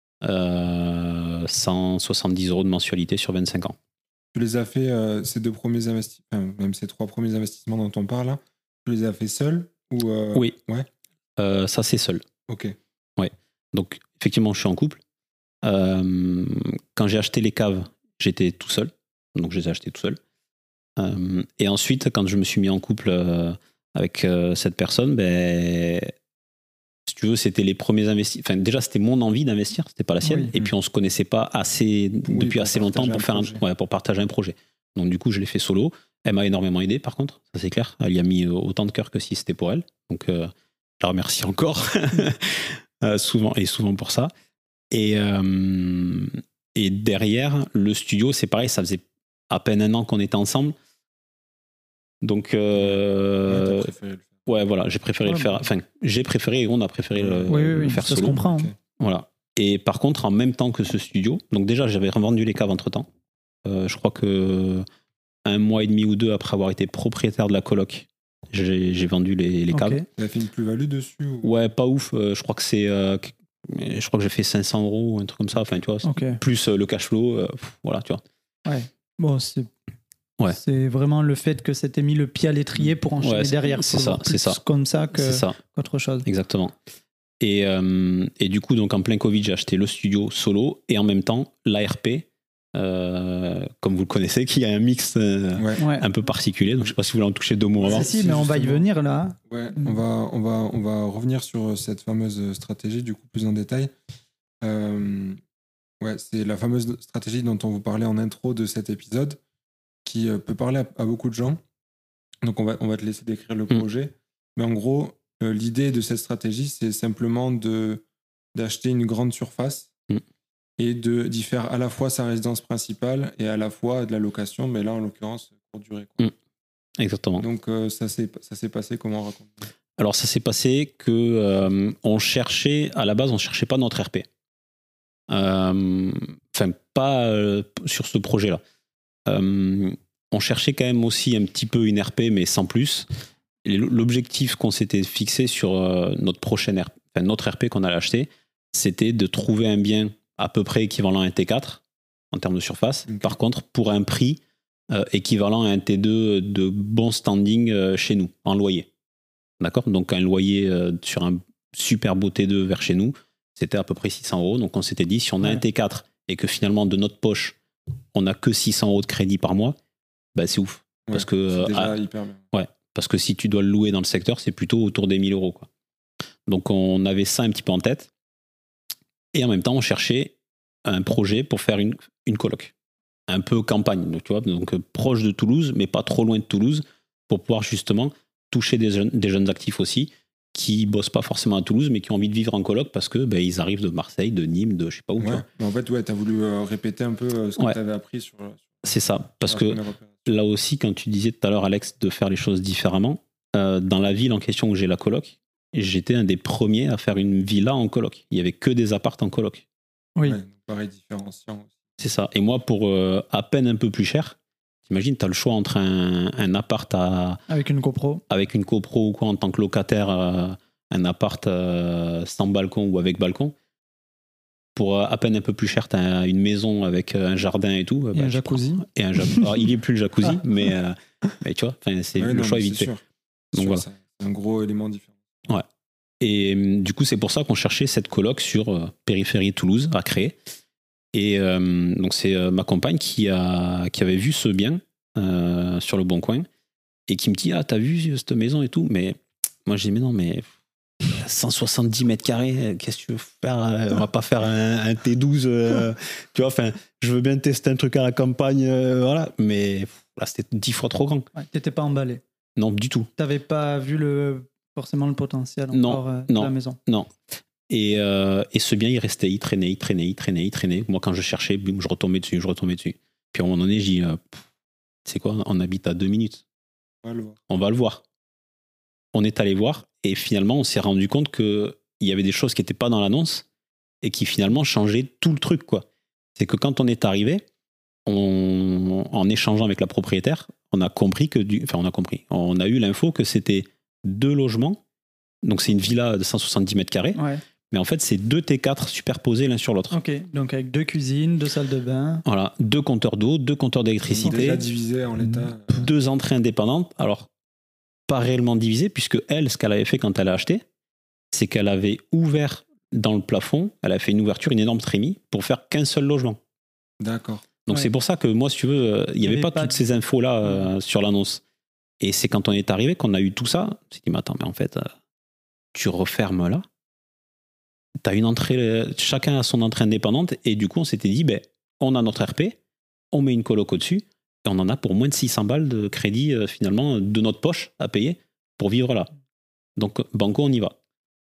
170 € de mensualité sur 25 ans. Tu les as fait, ces 2 premiers investissements, même ces 3 premiers investissements dont on parle là, tu les as fait seul ou Oui. Ça, c'est seul. Ok. Ouais. Donc, effectivement, je suis en couple. Quand j'ai acheté les caves, j'étais tout seul. Donc, je les ai achetées tout seul. Et ensuite, quand je me suis mis en couple avec cette personne, si tu veux, c'était les premiers investissements. Enfin, déjà, c'était mon envie d'investir, c'était pas la sienne. Et puis, on se connaissait pas assez depuis assez longtemps pour faire pour partager un projet. Donc, du coup, je l'ai fait solo. Elle m'a énormément aidé, par contre, ça c'est clair. Elle y a mis autant de cœur que si c'était pour elle. Donc, je la remercie encore souvent pour ça. Et derrière, le studio, c'est pareil, ça faisait à peine 1 an qu'on était ensemble. Donc, voilà, j'ai préféré le faire. Enfin, j'ai préféré et on a préféré le faire solo. Ça se comprend. Okay. Voilà. Et par contre, en même temps que ce studio, donc déjà, j'avais revendu les caves entre-temps. Je crois que 1 mois et demi ou 2 après avoir été propriétaire de la coloc, j'ai vendu les caves. Tu as fait une plus-value dessus ou... Ouais, pas ouf. Je crois que je crois que j'ai fait 500 € ou un truc comme ça. Enfin, tu vois, plus le cash flow, voilà, tu vois. Ouais. Bon, c'est Ouais. C'est vraiment le fait que c'était mis le pied à l'étrier pour enchaîner derrière. C'est ça, c'est ça. Comme ça qu'autre chose. Exactement. Et du coup, donc en plein Covid, j'ai acheté le studio solo et en même temps l'ARP, comme vous le connaissez, qui a un mix un peu particulier. Donc je ne sais pas si vous voulez en toucher 2 mots avant. Si, mais on va y venir là. Ouais, on va revenir sur cette fameuse stratégie du coup plus en détail. C'est la fameuse stratégie dont on vous parlait en intro de cet épisode, qui peut parler à beaucoup de gens. Donc on va te laisser décrire le projet. Mais en gros, l'idée de cette stratégie, c'est simplement d'acheter une grande surface et d'y faire à la fois sa résidence principale et à la fois de la location, mais là en l'occurrence pour durée. Exactement. Donc ça s'est passé comment, raconte? Alors ça s'est passé que on cherchait pas notre RP. Enfin pas sur ce projet-là. On cherchait quand même aussi un petit peu une RP, mais sans plus. Et l'objectif qu'on s'était fixé sur notre prochaine RP, enfin notre RP qu'on allait acheter, c'était de trouver un bien à peu près équivalent à un T4 en termes de surface. Okay. Par contre, pour un prix équivalent à un T2 de bon standing chez nous, en loyer. D'accord ? Donc un loyer sur un super beau T2 vers chez nous, c'était à peu près 600 €. Donc on s'était dit, si on a un T4 et que finalement de notre poche, on n'a que 600 € de crédit par mois, bah c'est ouf. Parce que, c'est déjà hyper bien. Ouais, parce que si tu dois le louer dans le secteur, c'est plutôt autour des 1000 €. Quoi. Donc on avait ça un petit peu en tête. Et en même temps, on cherchait un projet pour faire une coloc. Un peu campagne, tu vois, donc proche de Toulouse, mais pas trop loin de Toulouse, pour pouvoir justement toucher des jeunes actifs aussi, qui bossent pas forcément à Toulouse, mais qui ont envie de vivre en coloc parce que ils arrivent de Marseille, de Nîmes, de je sais pas où. Ouais. En fait, tu as voulu répéter un peu ce que tu avais appris sur c'est ça, parce que là aussi, quand tu disais tout à l'heure, Alex, de faire les choses différemment, dans la ville en question où j'ai la coloc, j'étais un des premiers à faire une villa en coloc. Il y avait que des appartes en coloc. Oui. Ouais, pareil, différenciant. C'est ça. Et moi, pour à peine un peu plus cher, t'imagines, t'as le choix entre un appart avec une copro ou quoi en tant que locataire, un appart sans balcon ou avec balcon. Pour à peine un peu plus cher, t'as une maison avec un jardin et tout. Et un jacuzzi. Alors, il n'y est plus le jacuzzi, mais tu vois, c'est le choix est vite fait. Donc voilà. C'est un gros élément différent. Ouais. Et du coup, c'est pour ça qu'on cherchait cette coloc sur périphérie Toulouse à créer. Et donc, c'est ma compagne qui avait vu ce bien sur le Bon Coin et qui me dit « Ah, t'as vu cette maison et tout ?» Mais moi, je dis « Mais non, mais 170 mètres carrés, qu'est-ce que tu veux faire ? On va pas faire un T12. Tu vois, enfin, je veux bien tester un truc à la campagne, voilà. Mais là, c'était 10 fois trop grand. Ouais, t'étais pas emballé ? Non, du tout. T'avais pas vu forcément le potentiel encore de la maison ? Non. Et ce bien, il traînait. Moi, quand je cherchais, je retombais dessus. Puis à un moment donné, je dis, c'est quoi ? On habite à 2 minutes. On va le voir. On est allé voir et finalement, on s'est rendu compte qu'il y avait des choses qui n'étaient pas dans l'annonce et qui finalement changeaient tout le truc, quoi. C'est que quand on est arrivé, en échangeant avec la propriétaire, on a eu l'info que c'était 2 logements. Donc c'est une villa de 170 mètres carrés. Ouais. Mais en fait, c'est 2 T4 superposés l'un sur l'autre. Ok, donc avec 2 cuisines, 2 salles de bain. Voilà, 2 compteurs d'eau, 2 compteurs d'électricité. Déjà divisés en l'état. 2 entrées indépendantes. Alors, pas réellement divisées, puisque elle, ce qu'elle avait fait quand elle a acheté, c'est qu'elle avait ouvert dans le plafond, elle a fait une ouverture, une énorme trémie, pour faire qu'un seul logement. D'accord. Donc c'est pour ça que moi, si tu veux, il n'y avait pas toutes ces infos-là sur l'annonce. Et c'est quand on est arrivé qu'on a eu tout ça. On s'est dit, mais attends, mais en fait, tu refermes là. T'as une entrée, chacun a son entrée indépendante. Et du coup, on s'était dit, on a notre RP, on met une coloc au-dessus, et on en a pour moins de 600 balles de crédit, finalement, de notre poche à payer pour vivre là. Donc, banco, on y va.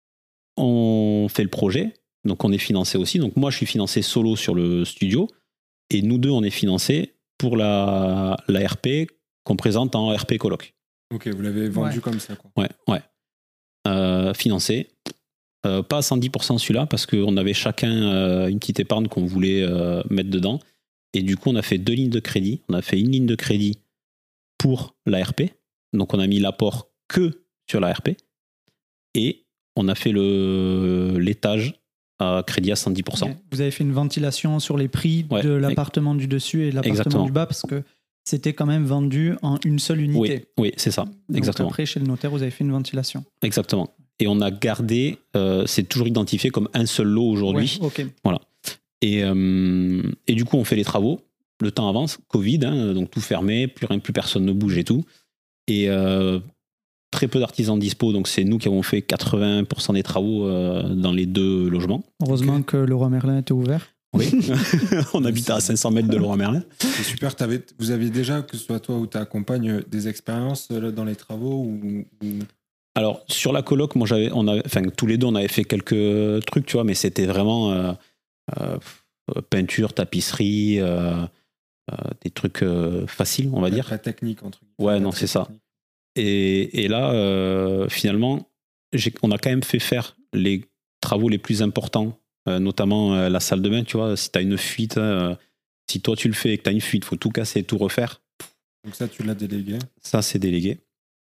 On fait le projet, donc on est financé aussi. Donc moi, je suis financé solo sur le studio, et nous deux, on est financés pour la RP qu'on présente en RP coloc. Ok, vous l'avez vendu comme ça, quoi. Ouais. Financé. Pas à 110% celui-là, parce qu'on avait chacun une petite épargne qu'on voulait mettre dedans. Et du coup, on a fait 2 lignes de crédit. On a fait une ligne de crédit pour la RP. Donc, on a mis l'apport que sur la RP. Et on a fait l'étage à crédit à 110%. Okay. Vous avez fait une ventilation sur les prix de l'appartement du dessus et de l'appartement du bas, parce que c'était quand même vendu en une seule unité. Oui, c'est ça, exactement. Donc après, chez le notaire, vous avez fait une ventilation. Exactement. Et on a gardé, c'est toujours identifié comme un seul lot aujourd'hui. Ouais, ok. Voilà. Et du coup, on fait les travaux. Le temps avance, Covid, donc tout fermé, plus personne ne bouge et tout. Et très peu d'artisans dispo, donc c'est nous qui avons fait 80% des travaux dans les 2 logements. Heureusement que Leroy Merlin était ouvert. Oui, on habitait à 500 mètres de Leroy Merlin. C'est super. Vous aviez déjà, que ce soit toi ou ta compagne, des expériences dans les travaux ou... Alors, sur la coloc, moi, tous les deux, on avait fait quelques trucs, tu vois, mais c'était vraiment peinture, tapisserie, des trucs faciles, on va dire. Très technique, entre guillemets. Ouais, non, c'est ça. Et là, finalement, on a quand même fait faire les travaux les plus importants, notamment la salle de bain, tu vois. Si tu as une fuite, si toi tu le fais et que tu as une fuite, il faut tout casser, tout refaire. Donc ça, tu l'as délégué. Ça, c'est délégué.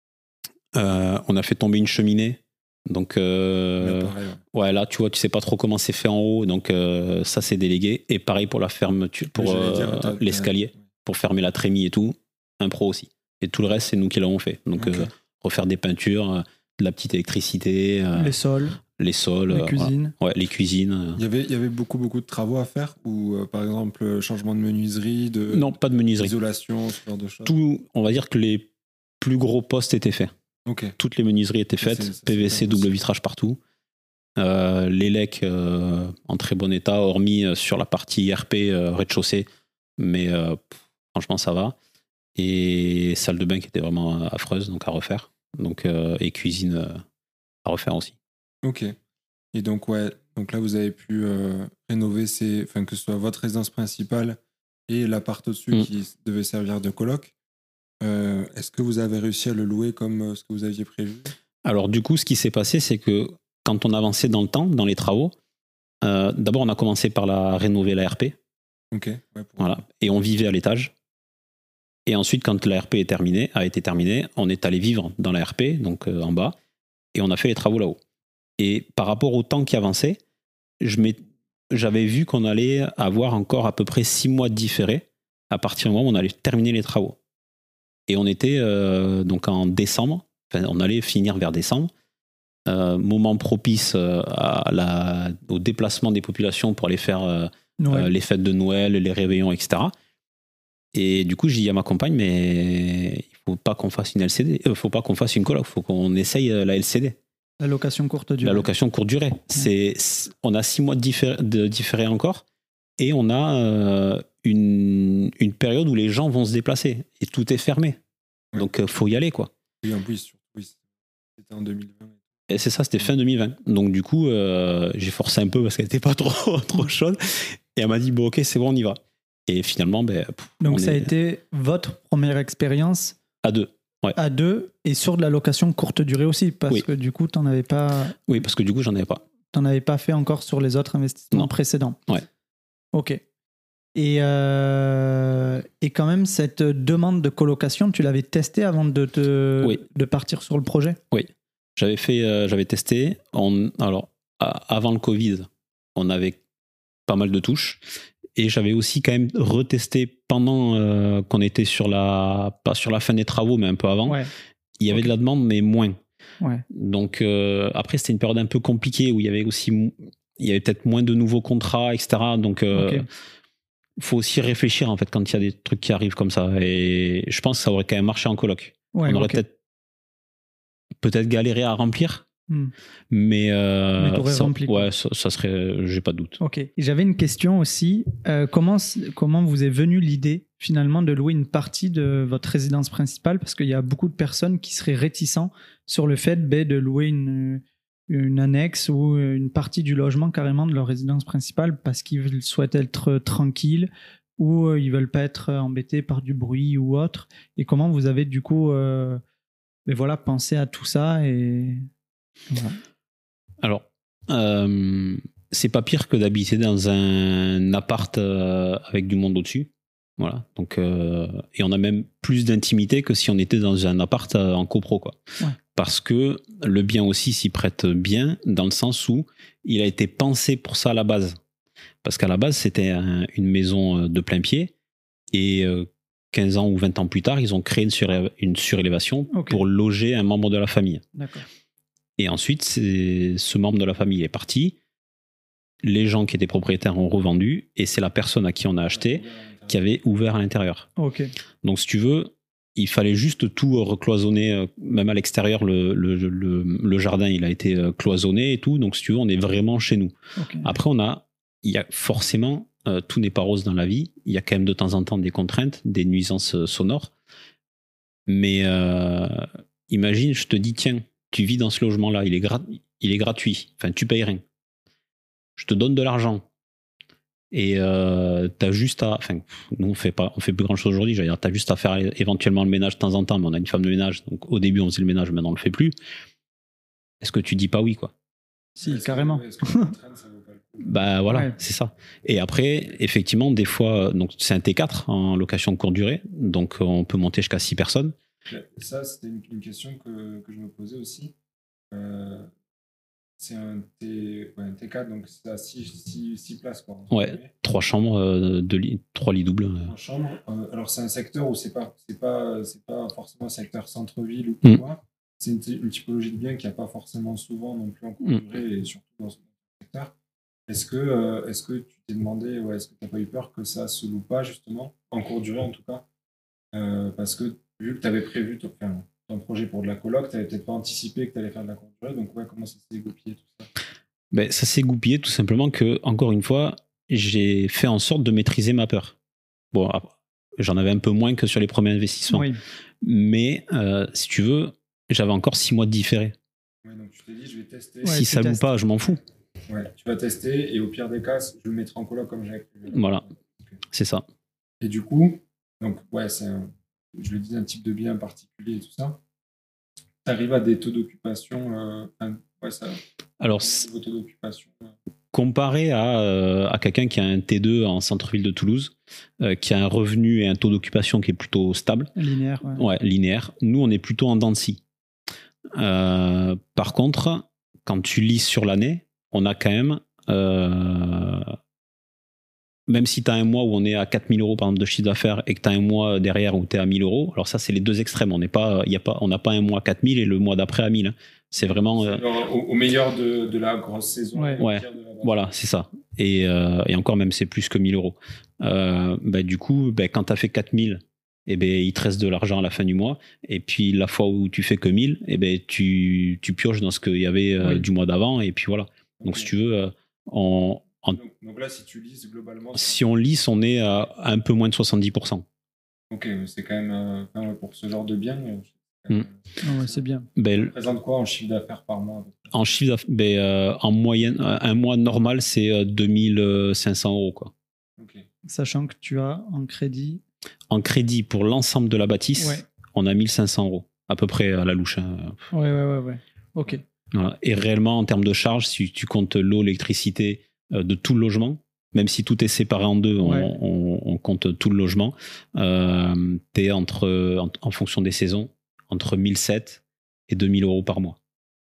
On a fait tomber une cheminée. Donc, pareil, ouais, là, tu vois, tu sais pas trop comment c'est fait en haut. Donc, ça, c'est délégué. Et pareil pour la fermeture, pour l'escalier, pour fermer la trémie et tout. Un pro aussi. Et tout le reste, c'est nous qui l'avons fait. Donc, refaire des peintures, de la petite électricité. Les sols. Les cuisines. Voilà. Ouais, les cuisines. Il y avait beaucoup de travaux à faire ou par exemple changement de menuiserie, non, pas de menuiserie. Isolation, ce genre de choses. Tout, on va dire que les plus gros postes étaient faits. Okay. Toutes les menuiseries étaient faites, PVC, double vitrage partout. Les lecs en très bon état, hormis sur la partie RP rez-de-chaussée, mais franchement ça va. Et salle de bain qui était vraiment affreuse, donc à refaire. Donc, et cuisine à refaire aussi. Ok. Et donc là vous avez pu rénover que ce soit votre résidence principale et l'appart au-dessus qui devait servir de coloc. Est-ce que vous avez réussi à le louer comme ce que vous aviez prévu ? Alors du coup, ce qui s'est passé, c'est que quand on avançait dans le temps, dans les travaux, d'abord on a commencé par rénover la RP. Ok. Voilà. Et on vivait à l'étage. Et ensuite, quand la RP a été terminée, on est allé vivre dans la RP, donc en bas, et on a fait les travaux là-haut. Et par rapport au temps qui avançait, j'avais vu qu'on allait avoir encore à peu près 6 mois de différé à partir du moment où on allait terminer les travaux. Et on était donc en décembre, on allait finir vers décembre, moment propice au déplacement des populations pour aller faire les fêtes de Noël, les réveillons, etc. Et du coup, j'ai dit à ma compagne, mais il ne faut pas qu'on fasse une LCD, faut pas qu'on fasse une coloc, il faut qu'on essaye la LCD. La location courte durée. La location courte durée. On a 6 mois de différé encore, et on a une période où les gens vont se déplacer et tout est fermé. Ouais. Donc faut y aller quoi. Oui, en plus, c'était en 2020. Et c'est ça, c'était fin 2020. Donc du coup, j'ai forcé un peu parce qu'elle n'était pas trop chaude. Et elle m'a dit, bon ok, c'est bon, on y va. Et finalement, donc ça a été votre première expérience à 2. Ouais. À 2 et sur de la location courte durée aussi, parce que du coup, t'en avais pas... Oui, parce que du coup, j'en avais pas. T'en avais pas fait encore sur les autres investissements précédents. Ouais. Ok. Et quand même, cette demande de colocation, tu l'avais testée avant de partir sur le projet ? Oui. J'avais testé. Alors, avant le Covid, on avait pas mal de touches. Et j'avais aussi quand même retesté pendant qu'on était pas sur la fin des travaux, mais un peu avant. Ouais. Il y avait de la demande, mais moins. Ouais. Donc après, c'était une période un peu compliquée où il y avait peut-être moins de nouveaux contrats, etc. Donc faut aussi réfléchir en fait quand il y a des trucs qui arrivent comme ça. Et je pense que ça aurait quand même marché en coloc. Ouais, on aurait peut-être galéré à remplir. Mais t'aurais rempli. Ouais, ça serait, j'ai pas de doute. Ok. Et j'avais une question aussi. Comment vous est venue l'idée finalement de louer une partie de votre résidence principale, parce qu'il y a beaucoup de personnes qui seraient réticents sur le fait de louer une annexe ou une partie du logement carrément de leur résidence principale parce qu'ils souhaitent être tranquilles ou ils veulent pas être embêtés par du bruit ou autre. Et comment vous avez du coup pensé à tout ça et... Voilà. Alors, c'est pas pire que d'habiter dans un appart avec du monde au-dessus. Voilà. Donc, et on a même plus d'intimité que si on était dans un appart en copro, quoi. Ouais. Parce que le bien aussi s'y prête bien, dans le sens où il a été pensé pour ça à la base. Parce qu'à la base, c'était une maison de plein pied. Et 15 ans ou 20 ans plus tard, ils ont créé une surélévation pour loger un membre de la famille. D'accord. Et ensuite, ce membre de la famille est parti. Les gens qui étaient propriétaires ont revendu et c'est la personne à qui on a acheté qui avait ouvert à l'intérieur. Okay. Donc, si tu veux, il fallait juste tout recloisonner, même à l'extérieur, le jardin, il a été cloisonné et tout. Donc, si tu veux, on est vraiment chez nous. Okay. Après, il y a forcément, tout n'est pas rose dans la vie. Il y a quand même de temps en temps des contraintes, des nuisances sonores. Mais imagine, je te dis, tiens, tu vis dans ce logement-là, il est gratuit. Enfin, tu payes rien. Je te donne de l'argent. Et t'as juste à... Enfin, nous, on fait plus grand-chose aujourd'hui. J'allais dire, t'as juste à faire éventuellement le ménage de temps en temps. Mais on a une femme de ménage. Donc, au début, on faisait le ménage. Maintenant, on le fait plus. Est-ce que tu dis pas oui, quoi? Si, carrément. Bah voilà, c'est ça. Et après, effectivement, des fois, donc c'est un T4 en location courte durée. Donc, on peut monter jusqu'à 6 personnes. Ça, c'était une question que je me posais aussi. C'est un T4, donc c'est à 6 places, quoi. Ouais, 3 chambres, 3 lits doubles. 3 chambres. Alors, c'est un secteur où c'est pas forcément un secteur centre-ville ou quoi. C'est une typologie de bien qu'il n'y a pas forcément souvent non plus en courte durée et surtout dans ce secteur. Est-ce que tu t'es demandé, est-ce que tu n'as pas eu peur que ça se loue pas, justement, en courte durée en tout cas, parce que vu que tu avais prévu ton projet pour de la coloc, tu n'avais peut-être pas anticipé que tu allais faire de la courte durée, donc comment ça s'est goupillé tout ça? Ben, ça s'est goupillé tout simplement que, encore une fois, j'ai fait en sorte de maîtriser ma peur. Bon, j'en avais un peu moins que sur les premiers investissements. Oui. Mais si tu veux, j'avais encore 6 mois de différé. Ouais, donc tu t'es dit, je vais tester. Si ça loue pas, je m'en fous. Ouais, tu vas tester et au pire des cas, je le mettrai en coloc comme j'avais prévu. Voilà, c'est ça. Et du coup, donc je le dis, un type de bien particulier et tout ça. Tu arrives à des taux d'occupation. Alors, vos taux d'occupation. Comparé à quelqu'un qui a un T2 en centre-ville de Toulouse, qui a un revenu et un taux d'occupation qui est plutôt stable. Linéaire. Ouais, linéaire. Nous, on est plutôt en dents de scie. Par contre, quand tu lises sur l'année, on a quand même, même si tu as un mois où on est à 4 000 euros par exemple de chiffre d'affaires et que tu as un mois derrière où tu es à 1 000 euros, alors ça, c'est les deux extrêmes. On n'a pas un mois à 4 000 et le mois d'après à 1 000. C'est vraiment... au meilleur de la grosse saison. Ouais. Voilà, c'est ça. Et encore même, c'est plus que 1 000 euros. Du coup, quand tu as fait 4 000, il te reste de l'argent à la fin du mois. Et puis, la fois où tu fais que 1 000, tu pioches dans ce qu'il y avait du mois d'avant. Et puis voilà. Donc, si tu veux, donc là, si tu lises globalement... Si on lisse, on est à un peu moins de 70%. Ok, c'est quand même... pour ce genre de bien... c'est bien. Ça représente quoi en chiffre d'affaires par mois? En chiffre d'affaires, en moyenne, un mois normal, c'est 2 500 euros, quoi. Okay. Sachant que tu as en crédit... En crédit pour l'ensemble de la bâtisse, on a 1 500 euros, à peu près à la louche. Ouais. Ok. Voilà. Et réellement, en termes de charges, si tu comptes l'eau, l'électricité de tout le logement, même si tout est séparé en deux, on compte tout le logement, t'es en fonction des saisons, entre 1 700 et 2 000 euros par mois.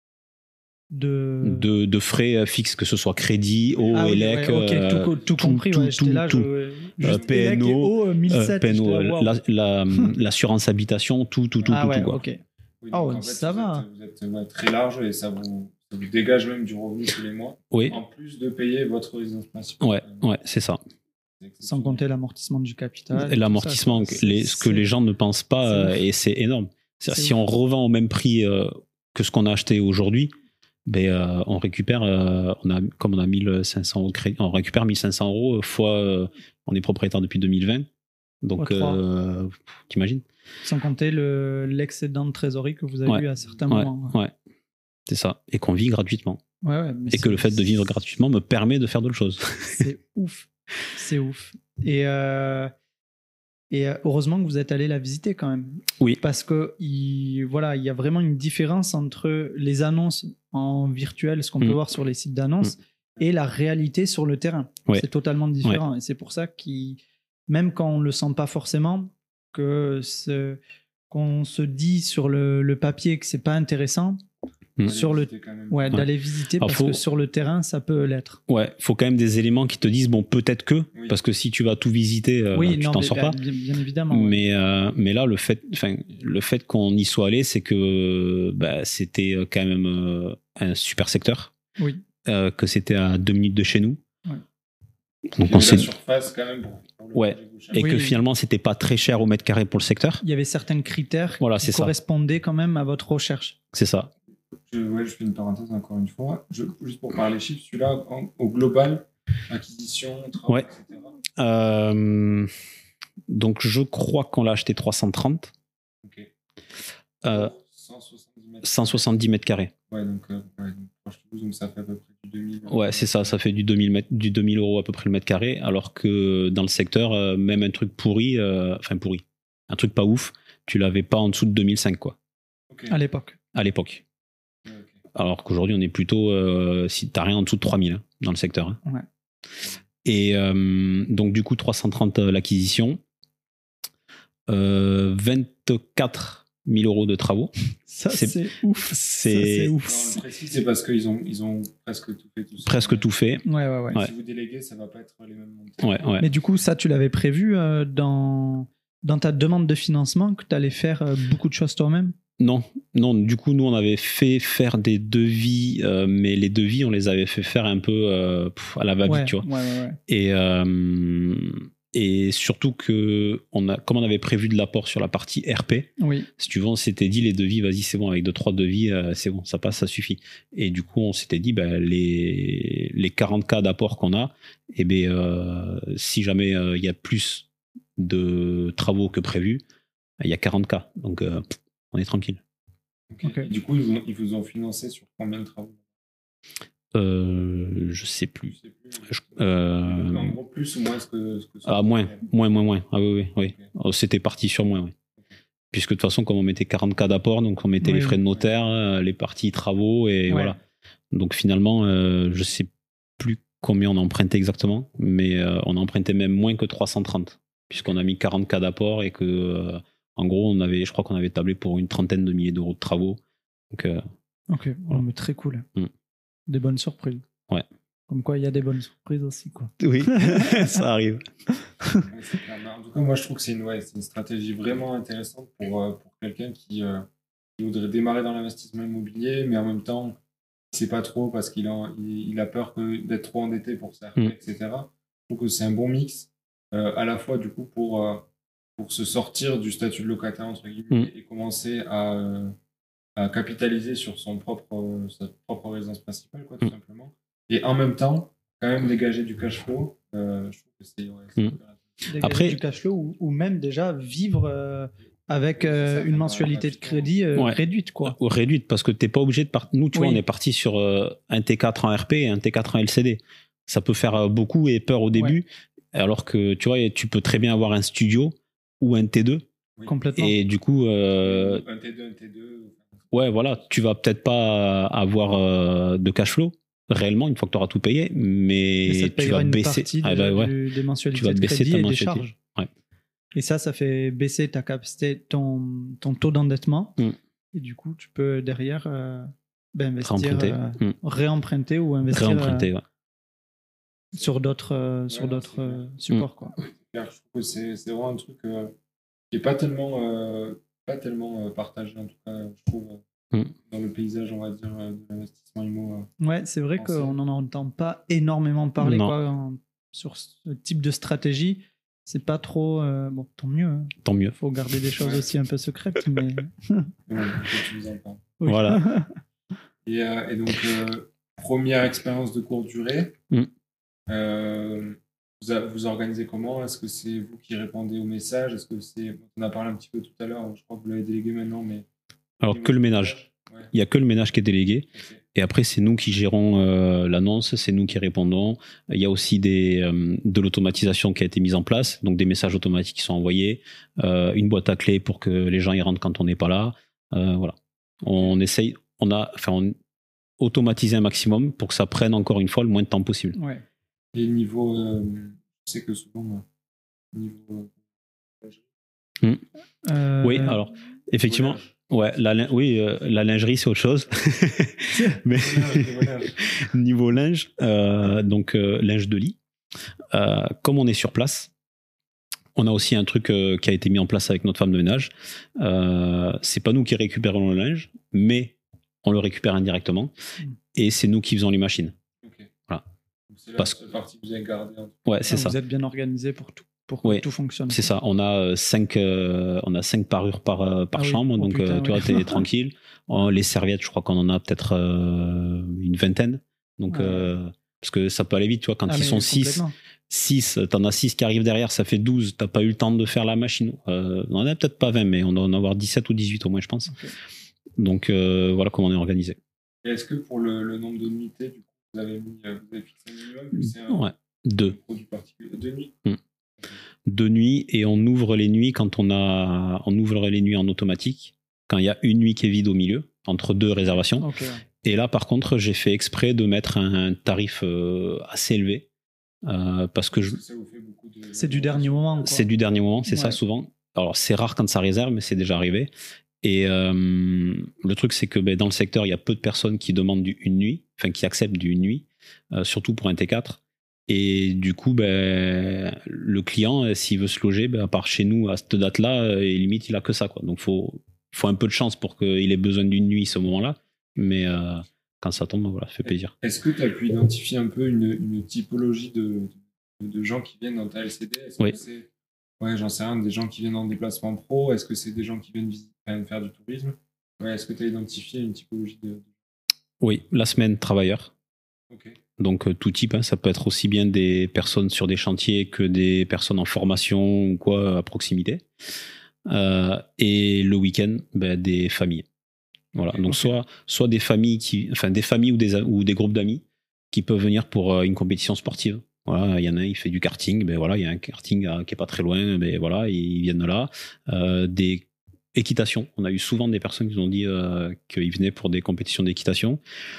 De frais fixes, que ce soit crédit, eau, élec, tout compris, j'étais là, PNO, l'assurance habitation, tout. Quoi. Okay. Oui, en fait, ça va. Vous êtes très large et ça vous dégage même du revenu tous les mois, en plus de payer votre résidence principale. Ouais, c'est ça. Sans compter l'amortissement du capital. Et l'amortissement, ce que les gens ne pensent pas, et c'est énorme. Si on revend au même prix que ce qu'on a acheté aujourd'hui, on récupère, comme on a 1500 euros, on récupère 1 500 euros fois, on est propriétaire depuis 2020. Donc, t'imagines? Sans compter l'excédent de trésorerie que vous avez eu à certains moments. Ouais, c'est ça. Et qu'on vit gratuitement. Mais et que le fait de vivre gratuitement me permet de faire d'autres choses. C'est ouf. C'est ouf. Et heureusement que vous êtes allé la visiter quand même. Oui. Parce que il y a vraiment une différence entre les annonces en virtuel, ce qu'on peut voir sur les sites d'annonces, et la réalité sur le terrain. C'est totalement différent. Et c'est pour ça même quand on ne le sent pas forcément, qu'on se dit sur le papier que c'est pas intéressant, sur le d'aller visiter parce que sur le terrain ça peut l'être. Ouais, faut quand même des éléments qui te disent bon peut-être que parce que si tu vas tout visiter tu t'en sors pas. Bien évidemment. Mais là le fait qu'on y soit allé, c'est que c'était quand même un super secteur. Oui. Que c'était à 2 minutes de chez nous. Ouais. Donc on sait la surface quand même pour et que finalement c'était pas très cher au mètre carré pour le secteur. Il y avait certains critères qui correspondaient quand même à votre recherche. C'est ça. Je fais une parenthèse encore une fois. Juste pour parler chiffres, celui-là, au global, acquisition, travaux, etc. Donc je crois qu'on l'a acheté 330. Ok. 170 mètres carrés. Ouais, donc ça fait à peu près du 2000. Ouais, c'est ça fait du 2000 € à peu près le mètre carré, alors que dans le secteur, même un truc pourri, un truc pas ouf, tu l'avais pas en dessous de 2005, quoi. Okay. À l'époque. Okay. Alors qu'aujourd'hui, on est plutôt, si t'as rien en dessous de 3000 dans le secteur. Hein. Ouais. Et donc, du coup, 330 l'acquisition, 24 000 € de travaux. Ça, c'est ouf. C'est ouf. Non, le précis, c'est parce qu'ils ont presque tout fait. Tout fait. Ouais. Si vous déléguez, ça va pas être les mêmes montants. Ouais. Mais du coup, ça, tu l'avais prévu dans ta demande de financement, que tu allais faire beaucoup de choses toi-même? Non, du coup, nous, on avait fait faire des devis, mais les devis, on les avait fait faire un peu à la va-vite, tu vois. Ouais. Et surtout que, comme on avait prévu de l'apport sur la partie RP, si tu veux, on s'était dit, les devis, vas-y, c'est bon, avec 2-3 devis, c'est bon, ça passe, ça suffit. Et du coup, on s'était dit, les 40 cas d'apport qu'on a, si jamais il y a plus de travaux que prévu, il y a 40 cas. Donc, on est tranquille. Okay. Du coup, ils vous ont financé sur combien de travaux? Je sais plus. En gros, plus ou moins ce que ça moins. Ah oui. Okay. C'était parti sur moins, oui. Puisque de toute façon, comme on mettait 40 cas d'apport, donc on mettait les frais de notaire, les parties travaux, et voilà. Donc finalement, je sais plus combien on a emprunté exactement, mais on a emprunté même moins que 330, puisqu'on a mis 40 cas d'apport et que, en gros, je crois qu'on avait tablé pour une trentaine de milliers d'euros de travaux. Donc, ok, voilà. Mais très cool. Des bonnes surprises. Ouais. Comme quoi, il y a des bonnes surprises aussi, quoi. Oui, ça arrive. En tout cas, moi, je trouve que c'est une stratégie vraiment intéressante pour quelqu'un qui voudrait démarrer dans l'investissement immobilier, mais en même temps, il ne sait pas trop parce qu'il a peur d'être trop endetté pour ça, etc. Je trouve que c'est un bon mix, à la fois, du coup, pour se sortir du statut de locataire, entre guillemets, et commencer à capitaliser sur sa propre résidence principale, quoi, tout simplement. Et en même temps, quand même dégager du cash flow. Je trouve que c'est dégager du cash flow ou même déjà vivre avec une mensualité de crédit réduite, quoi. Réduite, parce que t'es pas obligé de partir. Nous, tu vois, on est parti sur un T4 en RP et un T4 en LCD. Ça peut faire beaucoup et peur au début, alors que tu vois, tu peux très bien avoir un studio ou un T2. Complètement. Et du coup, un T2, un T2. Ouais, voilà, tu vas peut-être pas avoir de cash flow réellement une fois que tu auras tout payé, mais tu vas baisser des mensualités de crédit et des charges. Ouais. Et ça fait baisser ta capacité, ton taux d'endettement. Et du coup, tu peux derrière investir, réemprunter ou investir sur d'autres supports, quoi. Je trouve que c'est vraiment un truc qui n'est pas tellement partagé, en tout cas, je trouve, dans le paysage, on va dire, de l'investissement immo. Ouais, c'est vrai qu'on n'en entend pas énormément parler, quoi, sur ce type de stratégie. C'est pas trop... bon, tant mieux. Hein. Tant mieux. Faut garder des choses aussi un peu secrètes, mais... tu nous en parles. Voilà. Et donc, première expérience de courte durée. Vous organisez comment? Est-ce que c'est vous qui répondez aux messages? Est-ce que on a parlé un petit peu tout à l'heure, je crois que vous l'avez délégué maintenant, mais... Alors, que le ménage. Il n'y a que le ménage qui est délégué. Okay. Et après, c'est nous qui gérons l'annonce, c'est nous qui répondons. Il y a aussi de l'automatisation qui a été mise en place, donc des messages automatiques qui sont envoyés, une boîte à clés pour que les gens y rentrent quand on n'est pas là. Voilà. On essaye, on automatisé un maximum pour que ça prenne encore une fois le moins de temps possible. Ouais. Et niveau, je sais que souvent, niveau... oui, alors, effectivement, Ouais, la lingerie, c'est autre chose. Mais niveau linge, donc linge de lit, comme on est sur place, on a aussi un truc qui a été mis en place avec notre femme de ménage. C'est pas nous qui récupérons le linge, mais on le récupère indirectement. Et c'est nous qui faisons les machines. Okay. Voilà. Donc c'est la seule partie que vous avez gardée. Ouais, c'est ça. Vous êtes bien organisé pour tout. Pour que tout fonctionne. C'est ça. On a 5 parures par chambre, donc tu vois, t'es tranquille. Les serviettes, je crois qu'on en a peut-être une vingtaine. Donc, parce que ça peut aller vite, tu vois, quand ils sont 6, t'en as 6 qui arrivent derrière, ça fait 12, t'as pas eu le temps de faire la machine. On en a peut-être pas 20, mais on doit en avoir 17 ou 18 au moins, je pense. Okay. Donc, voilà comment on est organisé. Et est-ce que pour le nombre de nuitées, du coup, vous avez fixé un minimum? C'est un 2. Produit particulier. 2 nuits 2 nuits, et on ouvre les nuits quand on ouvre les nuits en automatique quand il y a une nuit qui est vide au milieu entre 2 réservations. Okay. Et là par contre j'ai fait exprès de mettre un tarif assez élevé parce que ça vous fait beaucoup de... c'est du dernier moment quoi. C'est du dernier moment, c'est ça souvent. Alors c'est rare quand ça réserve, mais c'est déjà arrivé. Et le truc c'est que dans le secteur il y a peu de personnes qui demandent une nuit, enfin qui acceptent du une nuit, surtout pour un T4. Et du coup, le client, s'il veut se loger, à part chez nous, à cette date-là, limite, il a que ça, quoi. Donc, faut un peu de chance pour qu'il ait besoin d'une nuit ce moment-là. Mais quand ça tombe, voilà, ça fait plaisir. Est-ce que tu as pu identifier un peu une typologie de gens qui viennent dans ta LCD? Est-ce que c'est, j'en sais rien, des gens qui viennent en déplacement pro? Est-ce que c'est des gens qui viennent faire du tourisme? Est-ce que tu as identifié une typologie de... Oui, la semaine, travailleurs. Ok. Donc tout type, hein, ça peut être aussi bien des personnes sur des chantiers que des personnes en formation ou quoi à proximité. Et le week-end, des familles. Voilà. Donc soit des familles des familles ou des groupes d'amis qui peuvent venir pour une compétition sportive. Voilà, il y en a, il fait du karting, voilà, il y a un karting qui est pas très loin, voilà, ils viennent là. Des équitations. On a eu souvent des personnes qui nous ont dit qu'ils venaient pour des compétitions d'équitation.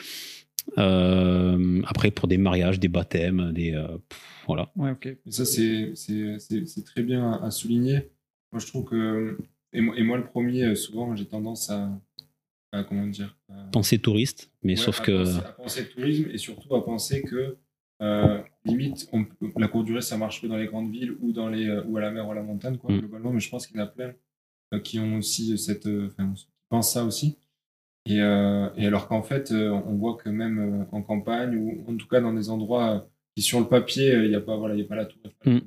Après pour des mariages, des baptêmes, voilà. Ouais, ok. Et ça c'est très bien à souligner. Moi je trouve que et moi le premier, souvent j'ai tendance à comment dire, penser touriste, mais sauf que à penser tourisme et surtout à penser que limite la courte durée ça marche que dans les grandes villes ou ou à la mer ou à la montagne quoi, globalement, mais je pense qu'il y en a plein qui ont aussi qui pensent ça aussi. Et alors qu'en fait, on voit que même en campagne ou en tout cas dans des endroits qui sur le papier, il n'y a pas la tour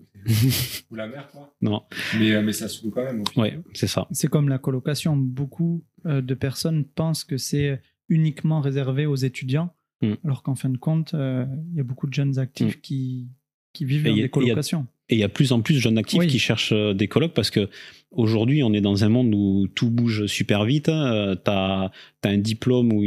ou la mer, quoi. Non. Mais ça se loue quand même. Oui, c'est ça. C'est comme la colocation. Beaucoup de personnes pensent que c'est uniquement réservé aux étudiants, alors qu'en fin de compte, il y a beaucoup de jeunes actifs qui vivent dans des colocations. Et il y a plus en plus de jeunes actifs qui cherchent des colocs parce que aujourd'hui, on est dans un monde où tout bouge super vite. T'as un diplôme ou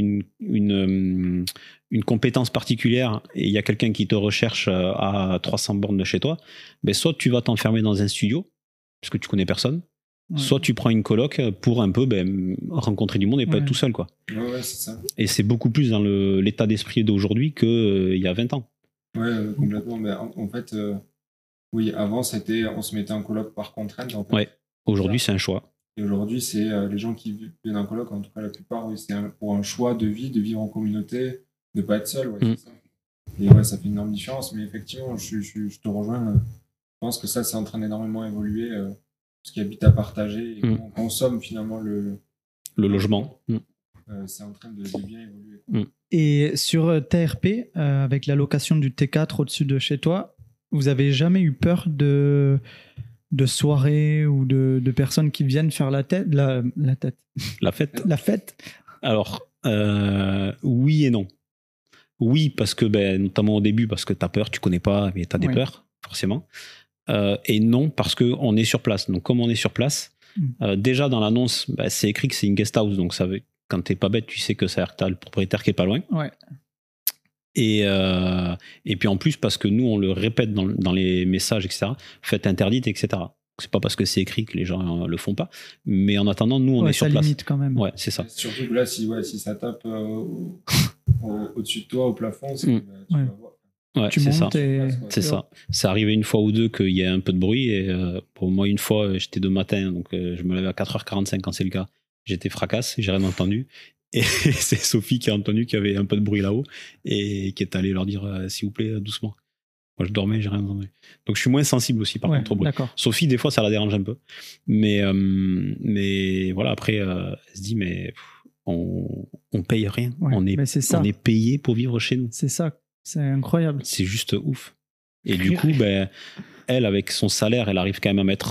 une compétence particulière et il y a quelqu'un qui te recherche à 300 bornes de chez toi. Soit tu vas t'enfermer dans un studio parce que tu connais personne, soit tu prends une coloc pour un peu rencontrer du monde et pas être tout seul, quoi. Ouais, c'est ça. Et c'est beaucoup plus dans l'état d'esprit d'aujourd'hui qu'il y a 20 ans. Ouais, complètement. Mais en fait... Oui, avant, on se mettait en coloc par contrainte. En fait. Ouais, aujourd'hui, c'est un choix. Et aujourd'hui, c'est les gens qui viennent en coloc, en tout cas la plupart, c'est pour un choix de vie, de vivre en communauté, de ne pas être seul. C'est ça. Et ça fait une énorme différence. Mais effectivement, je te rejoins. Je pense que ça, c'est en train d'énormément évoluer. Ce qui habite à partager et comment on consomme finalement le logement. C'est en train de bien évoluer. Et sur TRP, avec la location du T4 au-dessus de chez toi, vous avez jamais eu peur de soirées ou de personnes qui viennent faire la fête? La fête. Alors, oui et non. Oui, parce que notamment au début, parce que t'as peur, tu connais pas, mais t'as des peurs, forcément. Et non, parce qu'on est sur place. Donc, comme on est sur place, déjà dans l'annonce, c'est écrit que c'est une guest house. Donc, quand t'es pas bête, tu sais que ça a l'air que t'as le propriétaire qui est pas loin. Ouais. Et puis en plus, parce que nous, on le répète dans les messages, etc., faites interdite, etc. C'est pas parce que c'est écrit que les gens le font pas. Mais en attendant, nous, on est sur place. Ça limite quand même. Ouais, c'est ça. Surtout que là, si ça tape au-dessus de toi, au plafond, tu vas voir. Ouais, c'est ça. C'est ça. C'est arrivé une fois ou deux qu'il y ait un peu de bruit. Et pour moi, une fois, j'étais de matin, donc je me lève à 4h45 quand c'est le cas. j'étais fracasse, j'ai rien entendu. Et c'est Sophie qui a entendu qu'il y avait un peu de bruit là-haut et qui est allée leur dire s'il vous plaît, doucement. Moi, je dormais, j'ai rien entendu. Donc, je suis moins sensible aussi, par contre, au bruit. D'accord. Sophie, des fois, ça la dérange un peu. Mais voilà, après, elle se dit, mais on paye rien. Ouais, on est payé pour vivre chez nous. C'est ça, c'est incroyable. C'est juste ouf. Et du coup, elle, avec son salaire, elle arrive quand même à mettre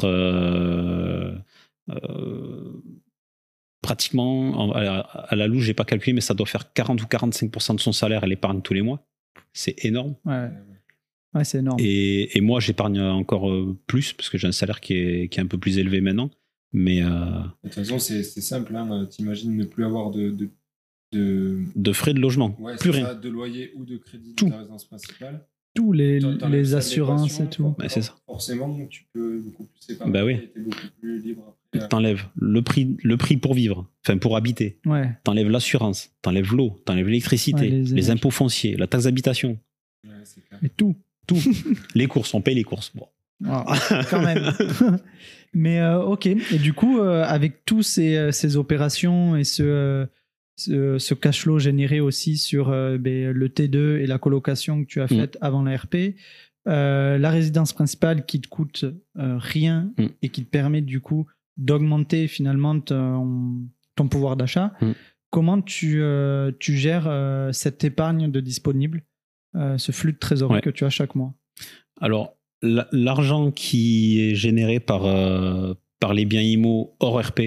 pratiquement, à la louche, j'ai pas calculé, mais ça doit faire 40 ou 45% de son salaire, elle épargne tous les mois. C'est énorme. Ouais, c'est énorme. Et moi, j'épargne encore plus, parce que j'ai un salaire qui est un peu plus élevé maintenant. Mais de toute façon, c'est simple. Hein. T'imagines ne plus avoir de frais de logement. Ouais, plus ça, rien. de loyer ou de crédit Tout. de ta résidence principale. Tous les assurances et tout. C'est ça. Forcément, tu peux beaucoup plus séparer. Bah oui. T'es beaucoup plus libre après. T'enlèves le prix pour vivre, enfin pour habiter. Ouais. T'enlèves l'assurance, t'enlèves l'eau, t'enlèves l'électricité, les impôts fonciers, la taxe d'habitation. Ouais, c'est clair. Et tout. Les courses, on paye les courses. Bon. Quand même. Mais ok. Et du coup, avec tous ces opérations et ce cash flow généré aussi sur le T2 et la colocation que tu as faite avant la RP, la résidence principale qui te coûte rien et qui te permet du coup d'augmenter finalement ton pouvoir d'achat. Comment tu gères cette épargne de disponible, ce flux de trésorerie que tu as chaque mois? Alors, l'argent qui est généré par les biens IMO hors RP,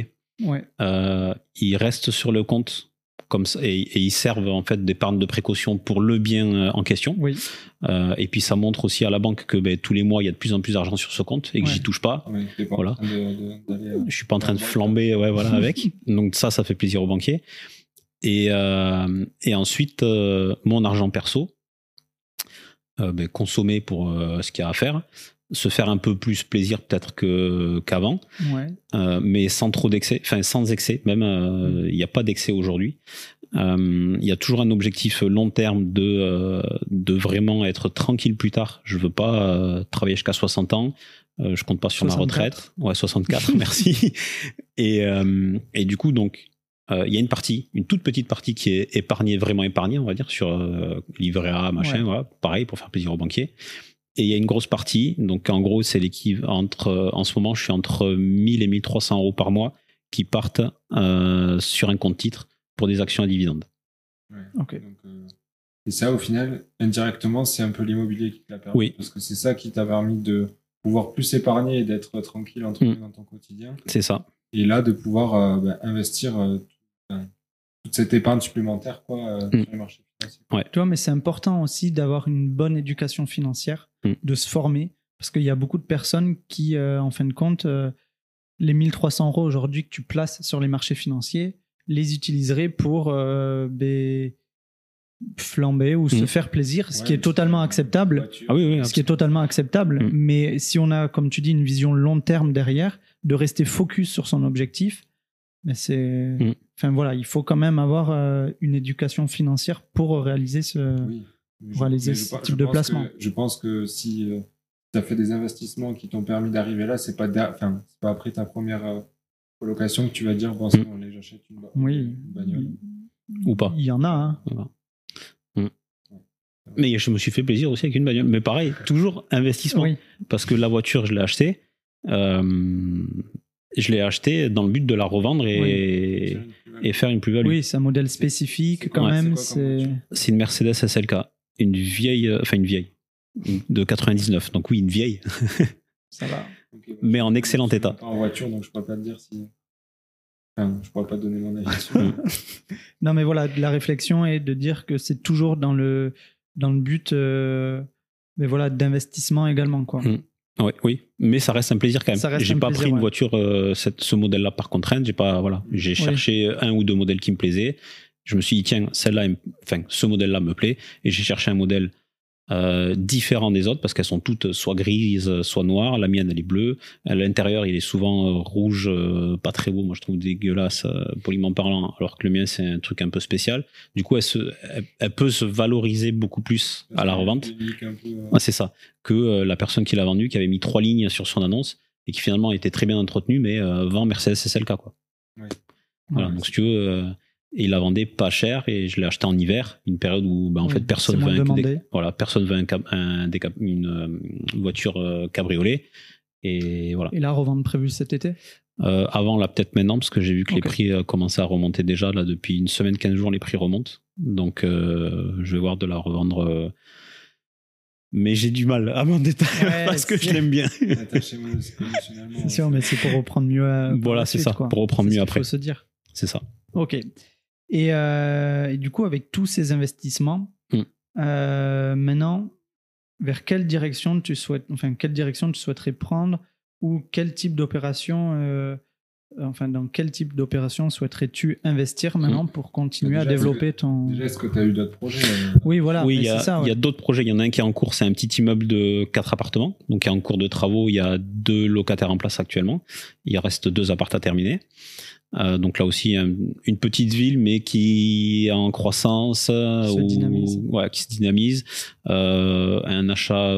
il reste sur le compte comme ça, et ils servent en fait d'épargne de précaution pour le bien en question. Oui. Et puis ça montre aussi à la banque que tous les mois il y a de plus en plus d'argent sur ce compte et que j'y touche pas. Voilà. Je suis pas en train de flamber avec. Donc ça fait plaisir aux banquiers. Et ensuite mon argent perso, consommer pour ce qu'il y a à faire, se faire un peu plus plaisir peut-être qu'avant, mais sans trop d'excès, enfin sans excès même. Il n'y a pas d'excès aujourd'hui. Il y a toujours un objectif long terme de vraiment être tranquille plus tard. Je veux pas travailler jusqu'à 60 ans. Je compte pas sur 64. ma retraite. Ouais, 64, merci. Et du coup, donc, il y a une toute petite partie qui est vraiment épargnée, on va dire, sur livret A, machin, voilà, pareil, pour faire plaisir aux banquiers. Et il y a une grosse partie, donc en gros, c'est l'équivalent en ce moment, je suis entre 1000 et 1300 euros par mois qui partent sur un compte titre pour des actions à dividendes. Okay. Donc, et ça, au final, indirectement, c'est un peu l'immobilier qui te l'a permis. Oui. Parce que c'est ça qui t'a permis de pouvoir plus épargner et d'être tranquille dans ton quotidien. C'est ça. Et là, de pouvoir investir toute cette épargne supplémentaire sur les marchés financiers. Tu vois, mais c'est important aussi d'avoir une bonne éducation financière, de se former, parce qu'il y a beaucoup de personnes qui, en fin de compte, les 1300 euros aujourd'hui que tu places sur les marchés financiers, les utiliseraient pour flamber ou se faire plaisir, ce qui est totalement acceptable. Ce qui est totalement acceptable. Mais si on a, comme tu dis, une vision long terme derrière, de rester focus sur son objectif, mais c'est... Enfin voilà, il faut quand même avoir une éducation financière pour réaliser ce type de placement. Je pense que si tu as fait des investissements qui t'ont permis d'arriver là, c'est pas après ta première colocation que tu vas dire bon, c'est bon, allez, j'achète une bagnole. Ou pas. Il y en a, hein. Mais je me suis fait plaisir aussi avec une bagnole. Mais pareil, toujours investissement. Parce que la voiture, je l'ai achetée. Je l'ai achetée dans le but de la revendre et faire une plus-value. Oui, c'est un modèle spécifique quand même. C'est une Mercedes SLK. Une vieille, de 99. Donc oui, une vieille. Ça va. Mais en excellent état. Je suis pas en voiture, donc je pourrais pas te dire si... je pourrais pas te donner mon avis dessus. Non, mais voilà, la réflexion est de dire que c'est toujours dans le but d'investissement également, quoi. Oui, mais ça reste un plaisir quand même. J'ai pas pris une voiture, ce modèle-là par contrainte. J'ai cherché un ou deux modèles qui me plaisaient. Je me suis dit, tiens, ce modèle-là me plaît. Et j'ai cherché un modèle différent des autres parce qu'elles sont toutes soit grises, soit noires. La mienne, elle est bleue. À l'intérieur, il est souvent rouge, pas très beau. Moi, je trouve dégueulasse, poliment parlant, alors que le mien, c'est un truc un peu spécial. Du coup, elle peut se valoriser beaucoup plus à la revente. C'est ça. Que la personne qui l'a vendu, qui avait mis 3 lignes sur son annonce et qui finalement était très bien entretenue, mais vend Mercedes SLK, quoi. Voilà, donc si tu veux, et il la vendait pas cher et je l'ai acheté en hiver, une période où en fait personne veut personne veut une voiture cabriolet. Et voilà. Et la revente prévue cet été? Avant, là, peut-être maintenant, parce que j'ai vu que les prix commençaient à remonter déjà. Là, depuis une semaine, 15 jours, les prix remontent. Donc, je vais voir de la revendre. Mais j'ai du mal à m'en détailler parce que je l'aime bien. C'est sûr, mais c'est pour reprendre mieux. Voilà, c'est ça, pour reprendre mieux après. Il faut se dire. C'est ça. Ok. Et du coup, avec tous ces investissements, maintenant, vers quelle direction tu souhaiterais prendre, ou quel type d'opération, dans quel type d'opération souhaiterais-tu investir maintenant pour continuer à développer ton... Déjà, est-ce que tu as eu d'autres projets Oui, voilà. Oui, il y a d'autres projets. Il y en a un qui est en cours, c'est un petit immeuble de 4 appartements. Donc, il est en cours de travaux. Il y a 2 locataires en place actuellement. Il reste 2 appartements à terminer. Donc là aussi, une petite ville, mais qui est en croissance, qui se dynamise. Un achat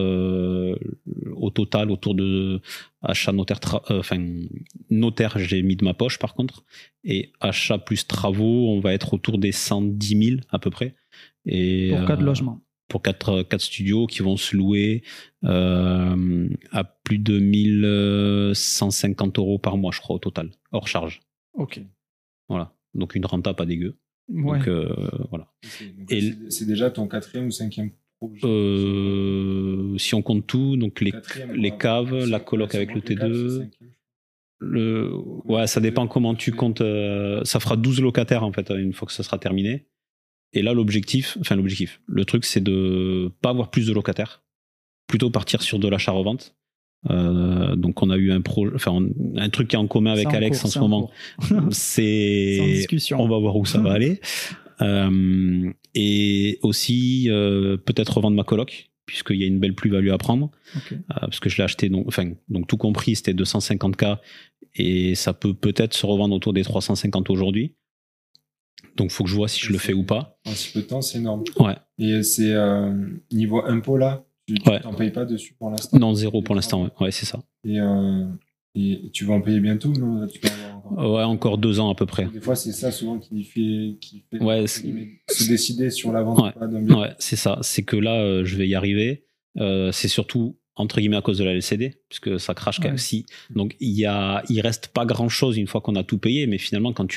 au total autour de achat notaire, j'ai mis de ma poche par contre, et achat plus travaux, on va être autour des 110 000 à peu près. Et, pour 4 logements. Pour 4 studios qui vont se louer à plus de 1150 € par mois, je crois, au total, hors charge. Ok. Voilà. Donc une renta pas dégueu. Ouais. Donc voilà. C'est déjà ton 4e ou 5e projet si on compte tout, donc les caves, la coloc avec le T2. Ouais, ça dépend comment tu comptes. Ça fera 12 locataires en fait une fois que ça sera terminé. Et là l'objectif, le truc c'est de pas avoir plus de locataires, plutôt partir sur de l'achat-revente. Donc on a eu un truc qui est en commun avec Alex en ce moment. C'est sans discussion. On va voir où ça va aller. Et aussi peut-être revendre ma coloc, puisqu'il y a une belle plus-value à prendre. Parce que je l'ai acheté, donc tout compris c'était 250K et ça peut-être se revendre autour des 350 aujourd'hui. Donc il faut que je vois si je le fais ou pas. En si peu de temps, c'est énorme. Ouais. Et c'est niveau impôt là, tu t'en payes pas dessus pour l'instant? Non, 0 pour l'instant, ouais, c'est ça. Et tu vas en payer bientôt, non? Tu peux avoir ouais, encore 2 ans à peu près. Des fois, c'est ça souvent qui fait se décider sur la vente pas d'un bien. Ouais, c'est ça. C'est que là, je vais y arriver. C'est surtout entre guillemets à cause de la LCD, puisque ça crache quand même. Si. Donc il reste pas grand chose une fois qu'on a tout payé, mais finalement quand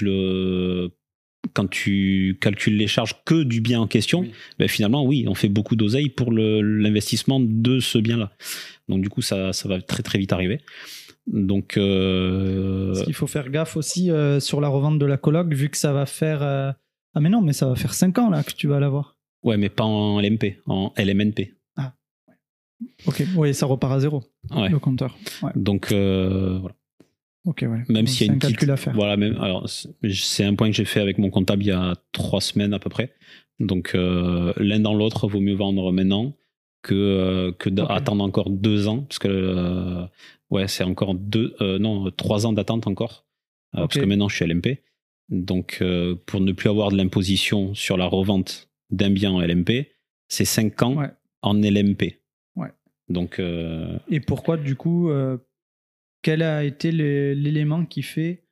tu calcules les charges que du bien en question, ben finalement oui, on fait beaucoup d'oseille pour l'investissement de ce bien-là. Donc du coup ça va très très vite arriver. Donc parce qu'il faut faire gaffe aussi sur la revente de la coloc, vu que ça va faire ah mais non, mais ça va faire 5 ans là que tu vas l'avoir. Ouais, mais pas en LMP, en LMNP. Ah. OK, oui, ça repart à 0 le compteur. Ouais. Donc voilà. Ok, ouais. Même s'il y a une calcul à faire. Voilà, alors c'est un point que j'ai fait avec mon comptable il y a 3 semaines à peu près. Donc l'un dans l'autre, vaut mieux vendre maintenant que attendre encore 2 ans, parce que c'est encore 3 ans d'attente encore, parce que maintenant je suis LMP. Donc pour ne plus avoir de l'imposition sur la revente d'un bien en LMP, c'est 5 ans en LMP. Ouais. Donc et pourquoi du coup quel a été l'élément qui fait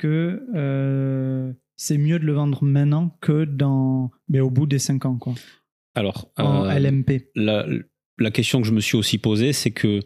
que c'est mieux de le vendre maintenant que au bout des 5 ans, quoi. Alors, en LMP. La question que je me suis aussi posée, c'est que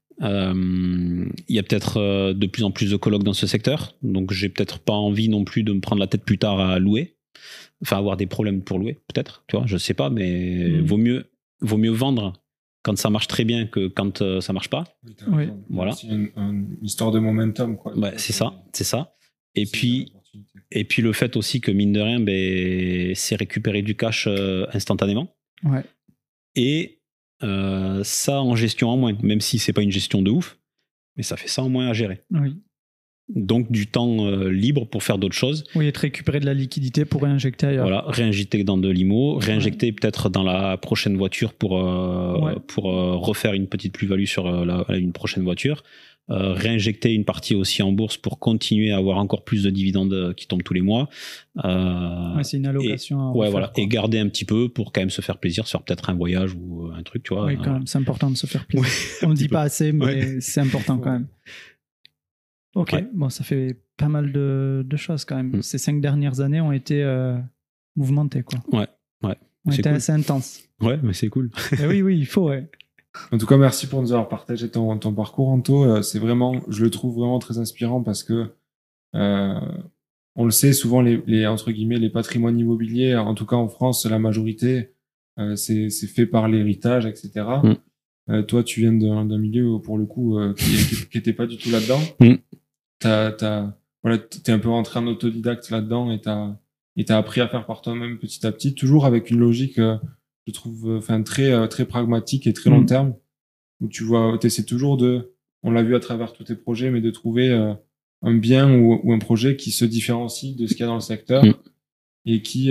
il y a peut-être de plus en plus de colocs dans ce secteur, donc j'ai peut-être pas envie non plus de me prendre la tête plus tard à louer, enfin avoir des problèmes pour louer, peut-être, tu vois, je sais pas, mais vaut mieux vendre quand ça marche très bien que quand ça marche pas. Oui. Voilà. C'est une histoire de momentum, quoi. Ouais, c'est ça. Et puis le fait aussi que mine de rien, c'est récupérer du cash instantanément. Ouais. Et ça en gestion en moins, même si c'est pas une gestion de ouf, mais ça fait ça en moins à gérer. Oui. Donc du temps libre pour faire d'autres choses. Oui, et de récupérer de la liquidité pour réinjecter ailleurs. Voilà, réinjecter dans de l'IMO, réinjecter peut-être dans la prochaine voiture pour refaire une petite plus-value sur une prochaine voiture. Réinjecter une partie aussi en bourse pour continuer à avoir encore plus de dividendes qui tombent tous les mois. C'est une allocation à refaire, voilà, et garder un petit peu pour quand même se faire plaisir, se faire peut-être un voyage ou un truc, tu vois. Oui, quand même, c'est important de se faire plaisir. On ne dit pas assez, mais c'est important quand même. Ok, Ouais. bon, ça fait pas mal de choses quand même. Mm. Ces 5 dernières années ont été mouvementées, quoi. Ouais. Ont C'est été cool. assez intenses. Ouais, mais c'est cool. Et oui, il faut, ouais. En tout cas, merci pour nous avoir partagé ton parcours, Anto. C'est vraiment, je le trouve vraiment très inspirant parce que on le sait, souvent les entre guillemets les patrimoines immobiliers, en tout cas en France, la majorité, c'est fait par l'héritage, etc. Toi, tu viens d'un milieu pour le coup qui était pas du tout là-dedans. Voilà, t'es un peu rentré en autodidacte là-dedans et t'as appris à faire par toi-même petit à petit, toujours avec une logique, je trouve, très pragmatique et très long terme, où tu vois, t'essaies toujours on l'a vu à travers tous tes projets, mais de trouver un bien ou un projet qui se différencie de ce qu'il y a dans le secteur et qui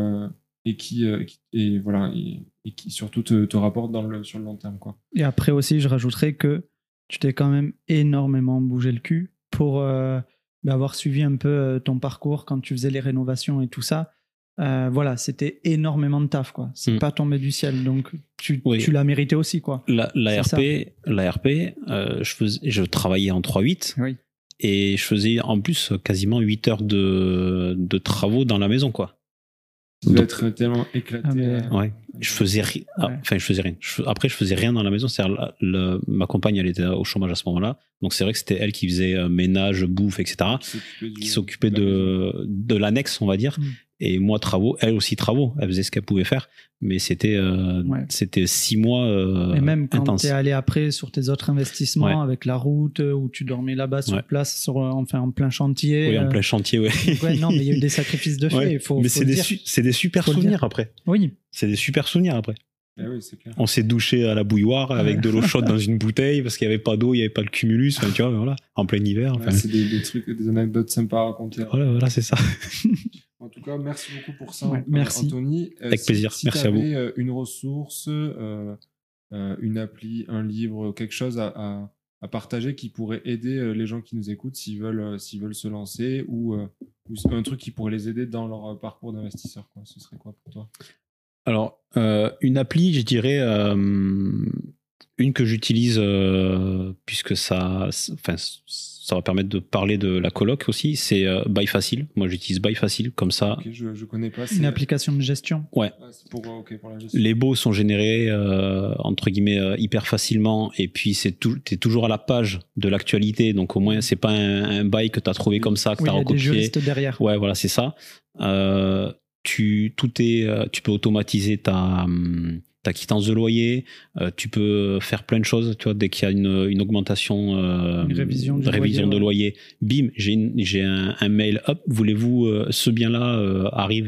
surtout te rapporte sur le long terme, quoi. Et après aussi, je rajouterais que tu t'es quand même énormément bougé le cul pour avoir suivi un peu ton parcours quand tu faisais les rénovations et tout ça. Voilà, c'était énormément de taf, quoi. C'est pas tombé du ciel, donc tu l'as mérité aussi, quoi. L'ARP, je travaillais en 3-8 et je faisais en plus quasiment 8 heures de travaux dans la maison, quoi. Tu devais être tellement éclaté. Ouais. Je faisais rien. Enfin, je faisais rien. Après, je faisais rien dans la maison. C'est-à-dire, ma compagne, elle était au chômage à ce moment-là. Donc, c'est vrai que c'était elle qui faisait ménage, bouffe, etc. Qui s'occupait de l'annexe, on va dire. Et moi, travaux. Elle aussi, travaux. Elle faisait ce qu'elle pouvait faire. Mais c'était 6 mois et même quand intense. tu es allé après sur tes autres investissements avec la route, où tu dormais là-bas sur place, en plein chantier. Oui, en plein chantier, ouais. Non, mais il y a eu des sacrifices de fait. Mais c'est des super souvenirs après. Oui. C'est des super souvenirs après. Oui, c'est clair. On s'est douché à la bouilloire avec de l'eau chaude dans une bouteille parce qu'il n'y avait pas d'eau, il n'y avait pas le cumulus, tu vois, voilà, en plein hiver. C'est des trucs, des anecdotes sympas à raconter. Voilà, c'est ça. En tout cas, merci beaucoup pour ça, merci. Anthony. Avec plaisir, merci à vous. Une ressource, une appli, un livre, quelque chose à partager qui pourrait aider les gens qui nous écoutent s'ils veulent se lancer ou un truc qui pourrait les aider dans leur parcours d'investisseur, quoi. Ce serait quoi pour toi? Alors, une appli, je dirais, une que j'utilise puisque ça va permettre de parler de la coloc aussi, c'est BuyFacile. Moi, j'utilise BuyFacile comme ça. Okay, je connais pas. C'est une application de gestion. Ouais. C'est pour la gestion. Les baux sont générés entre guillemets hyper facilement et puis t'es toujours à la page de l'actualité. Donc au moins, c'est pas un bail que t'as trouvé comme ça, que t'as recopié. Il y a des juristes derrière. Ouais, voilà, c'est ça. Tu peux automatiser ta quittance de loyer, tu peux faire plein de choses, tu vois, dès qu'il y a une augmentation, une révision de loyer, bim, j'ai un mail, hop, voulez-vous, ce bien-là arrive,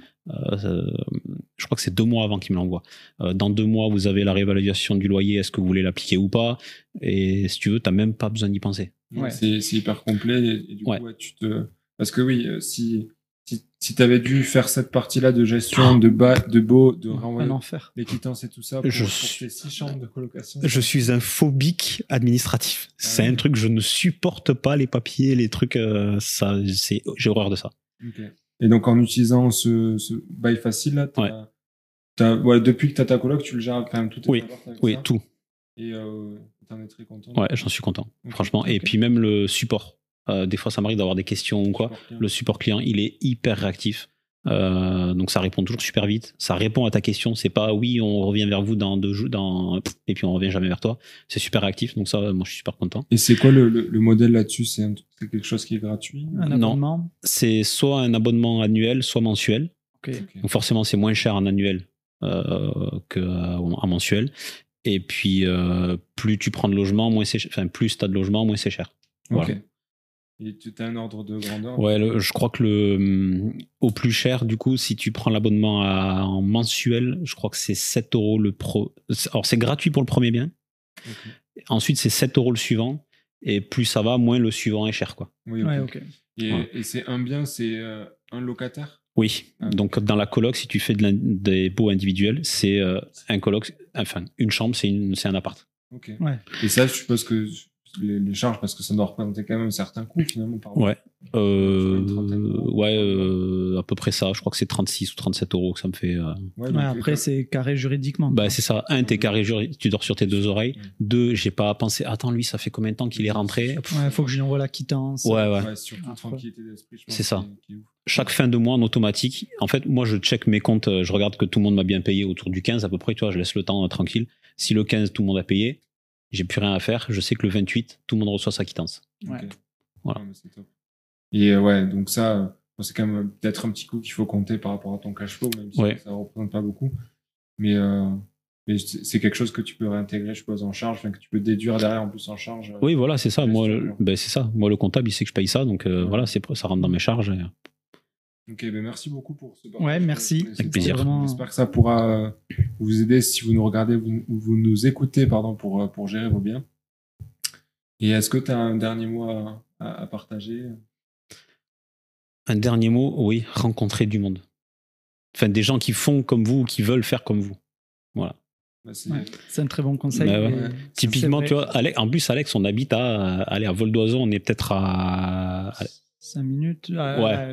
je crois que c'est 2 mois avant qu'il me l'envoie. Dans 2 mois, vous avez la réévaluation du loyer, est-ce que vous voulez l'appliquer ou pas? Et si tu veux, t'as même pas besoin d'y penser. Ouais. C'est hyper complet et du coup, parce que oui, si tu avais dû faire cette partie-là de gestion de baux, de renvoyer les quittances et tout ça pour tes 6 chambres de colocation. Je suis un phobique administratif. C'est un truc, je ne supporte pas les papiers, les trucs, j'ai horreur de ça. Okay. Et donc en utilisant ce BuyFacile là, depuis que tu as ta coloc, tu le gères quand même tout. Oui, tout. Et t'en es très content. Ouais, j'en suis content, franchement. Et puis même le support. Des fois, ça m'arrive d'avoir des questions ou quoi. Le support client, il est hyper réactif. Donc, ça répond toujours super vite. Ça répond à ta question. C'est pas oui, on revient vers vous dans 2 jours, et puis on revient jamais vers toi. C'est super réactif. Donc, ça, moi, je suis super content. Et c'est quoi le modèle là-dessus? C'est quelque chose qui est gratuit? Un abonnement? Non. C'est soit un abonnement annuel, soit mensuel. Okay. Donc, forcément, c'est moins cher en annuel qu'en mensuel. Et puis, plus tu prends de logement, plus tu as de logement, moins c'est cher. Voilà. Okay. Et tu as un ordre de grandeur? Ouais, je crois que au plus cher, du coup, si tu prends l'abonnement en mensuel, je crois que c'est 7 € Alors, c'est gratuit pour le premier bien. Okay. Ensuite, c'est 7 € le suivant. Et plus ça va, moins le suivant est cher, quoi. Oui, okay. Et c'est un bien, c'est un locataire? Oui. Donc, dans la coloc, si tu fais des baux individuels, c'est un coloc, enfin, une chambre, c'est un appart. Ok. Ouais. Et ça, je suppose que les charges, parce que ça doit représenter quand même certains coûts finalement par mois. Ouais. À peu près ça. Je crois que c'est 36 ou 37 euros que ça me fait. Ouais, après, c'est carré juridiquement. Bah, c'est ça. Un, t'es carré juridique, tu dors sur tes deux oreilles. Deux, j'ai pas pensé, attends, lui, ça fait combien de temps qu'il est rentré? Ouais, faut que je lui envoie la quittance. Ouais, surtout tranquillité d'esprit, je pense. C'est ça. Chaque fin de mois en automatique. En fait, moi, je check mes comptes, je regarde que tout le monde m'a bien payé autour du 15 à peu près, tu vois, je laisse le temps tranquille. Si le 15, tout le monde a payé, j'ai plus rien à faire. Je sais que le 28, tout le monde reçoit sa quittance. Ouais. Okay. Voilà. Ouais, c'est top. Et donc ça, c'est quand même peut-être un petit coup qu'il faut compter par rapport à ton cash flow, même si ça représente pas beaucoup. Mais c'est quelque chose que tu peux réintégrer, je suppose, en charge, que tu peux déduire derrière en plus en charge. Oui, voilà, c'est ça. Moi, c'est ça. Moi, le comptable, il sait que je paye ça, donc voilà, ça rentre dans mes charges. Ok, merci beaucoup pour ce partage. Ouais, merci. Avec plaisir. J'espère que ça pourra vous aider si vous nous regardez ou vous nous écoutez, pour gérer vos biens. Et est-ce que tu as un dernier mot à partager? Un dernier mot, oui, rencontrer du monde. Enfin, des gens qui font comme vous ou qui veulent faire comme vous. Voilà. C'est un très bon conseil. Typiquement, tu vois, en plus, Alex, on habite à Vol d'Oiseau, on est peut-être à 5 minutes. L'un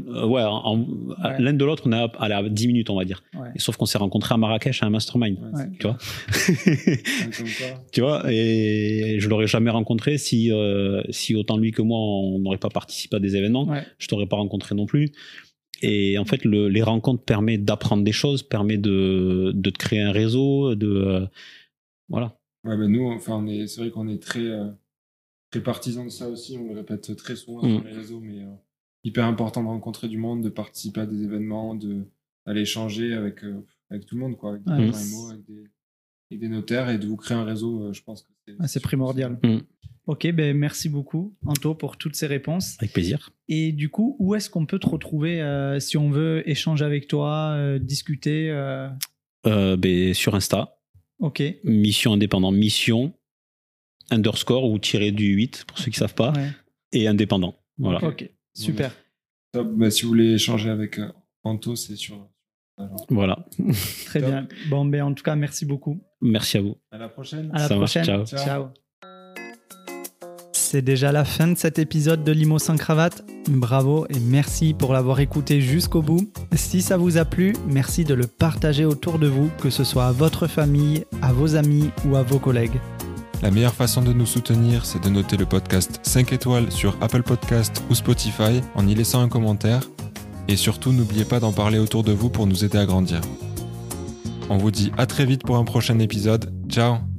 de l'autre, on est à 10 minutes, on va dire. Ouais. Et sauf qu'on s'est rencontrés à Marrakech à un mastermind. Tu vois. Tu vois, et je l'aurais jamais rencontré si autant lui que moi, on n'aurait pas participé à des événements. Ouais. Je t'aurais pas rencontré non plus. Et en fait, les rencontres permettent d'apprendre des choses, permettent de te créer un réseau, voilà. Ouais, nous, c'est vrai qu'on est très partisans de ça aussi, on le répète très souvent sur les réseaux, mais hyper important de rencontrer du monde, de participer à des événements, d'aller échanger avec tout le monde, quoi, avec des MMO, avec des notaires, et de vous créer un réseau, je pense que c'est primordial. Ok, merci beaucoup, Anto, pour toutes ces réponses. Avec plaisir. Et du coup, où est-ce qu'on peut te retrouver si on veut échanger avec toi, discuter sur Insta. Ok. Mission indépendant, mission _ ou -8 pour ceux qui savent pas, et indépendant. Voilà. Ok, super. Top. Si vous voulez échanger avec Anto, c'est sur. Voilà. Très bien. Bon, en tout cas, merci beaucoup. Merci à vous. À la prochaine. À la prochaine. Ciao. Ciao. C'est déjà la fin de cet épisode de Limo sans cravate. Bravo et merci pour l'avoir écouté jusqu'au bout. Si ça vous a plu, merci de le partager autour de vous, que ce soit à votre famille, à vos amis ou à vos collègues. La meilleure façon de nous soutenir, c'est de noter le podcast 5 étoiles sur Apple Podcast ou Spotify en y laissant un commentaire. Et surtout, n'oubliez pas d'en parler autour de vous pour nous aider à grandir. On vous dit à très vite pour un prochain épisode. Ciao!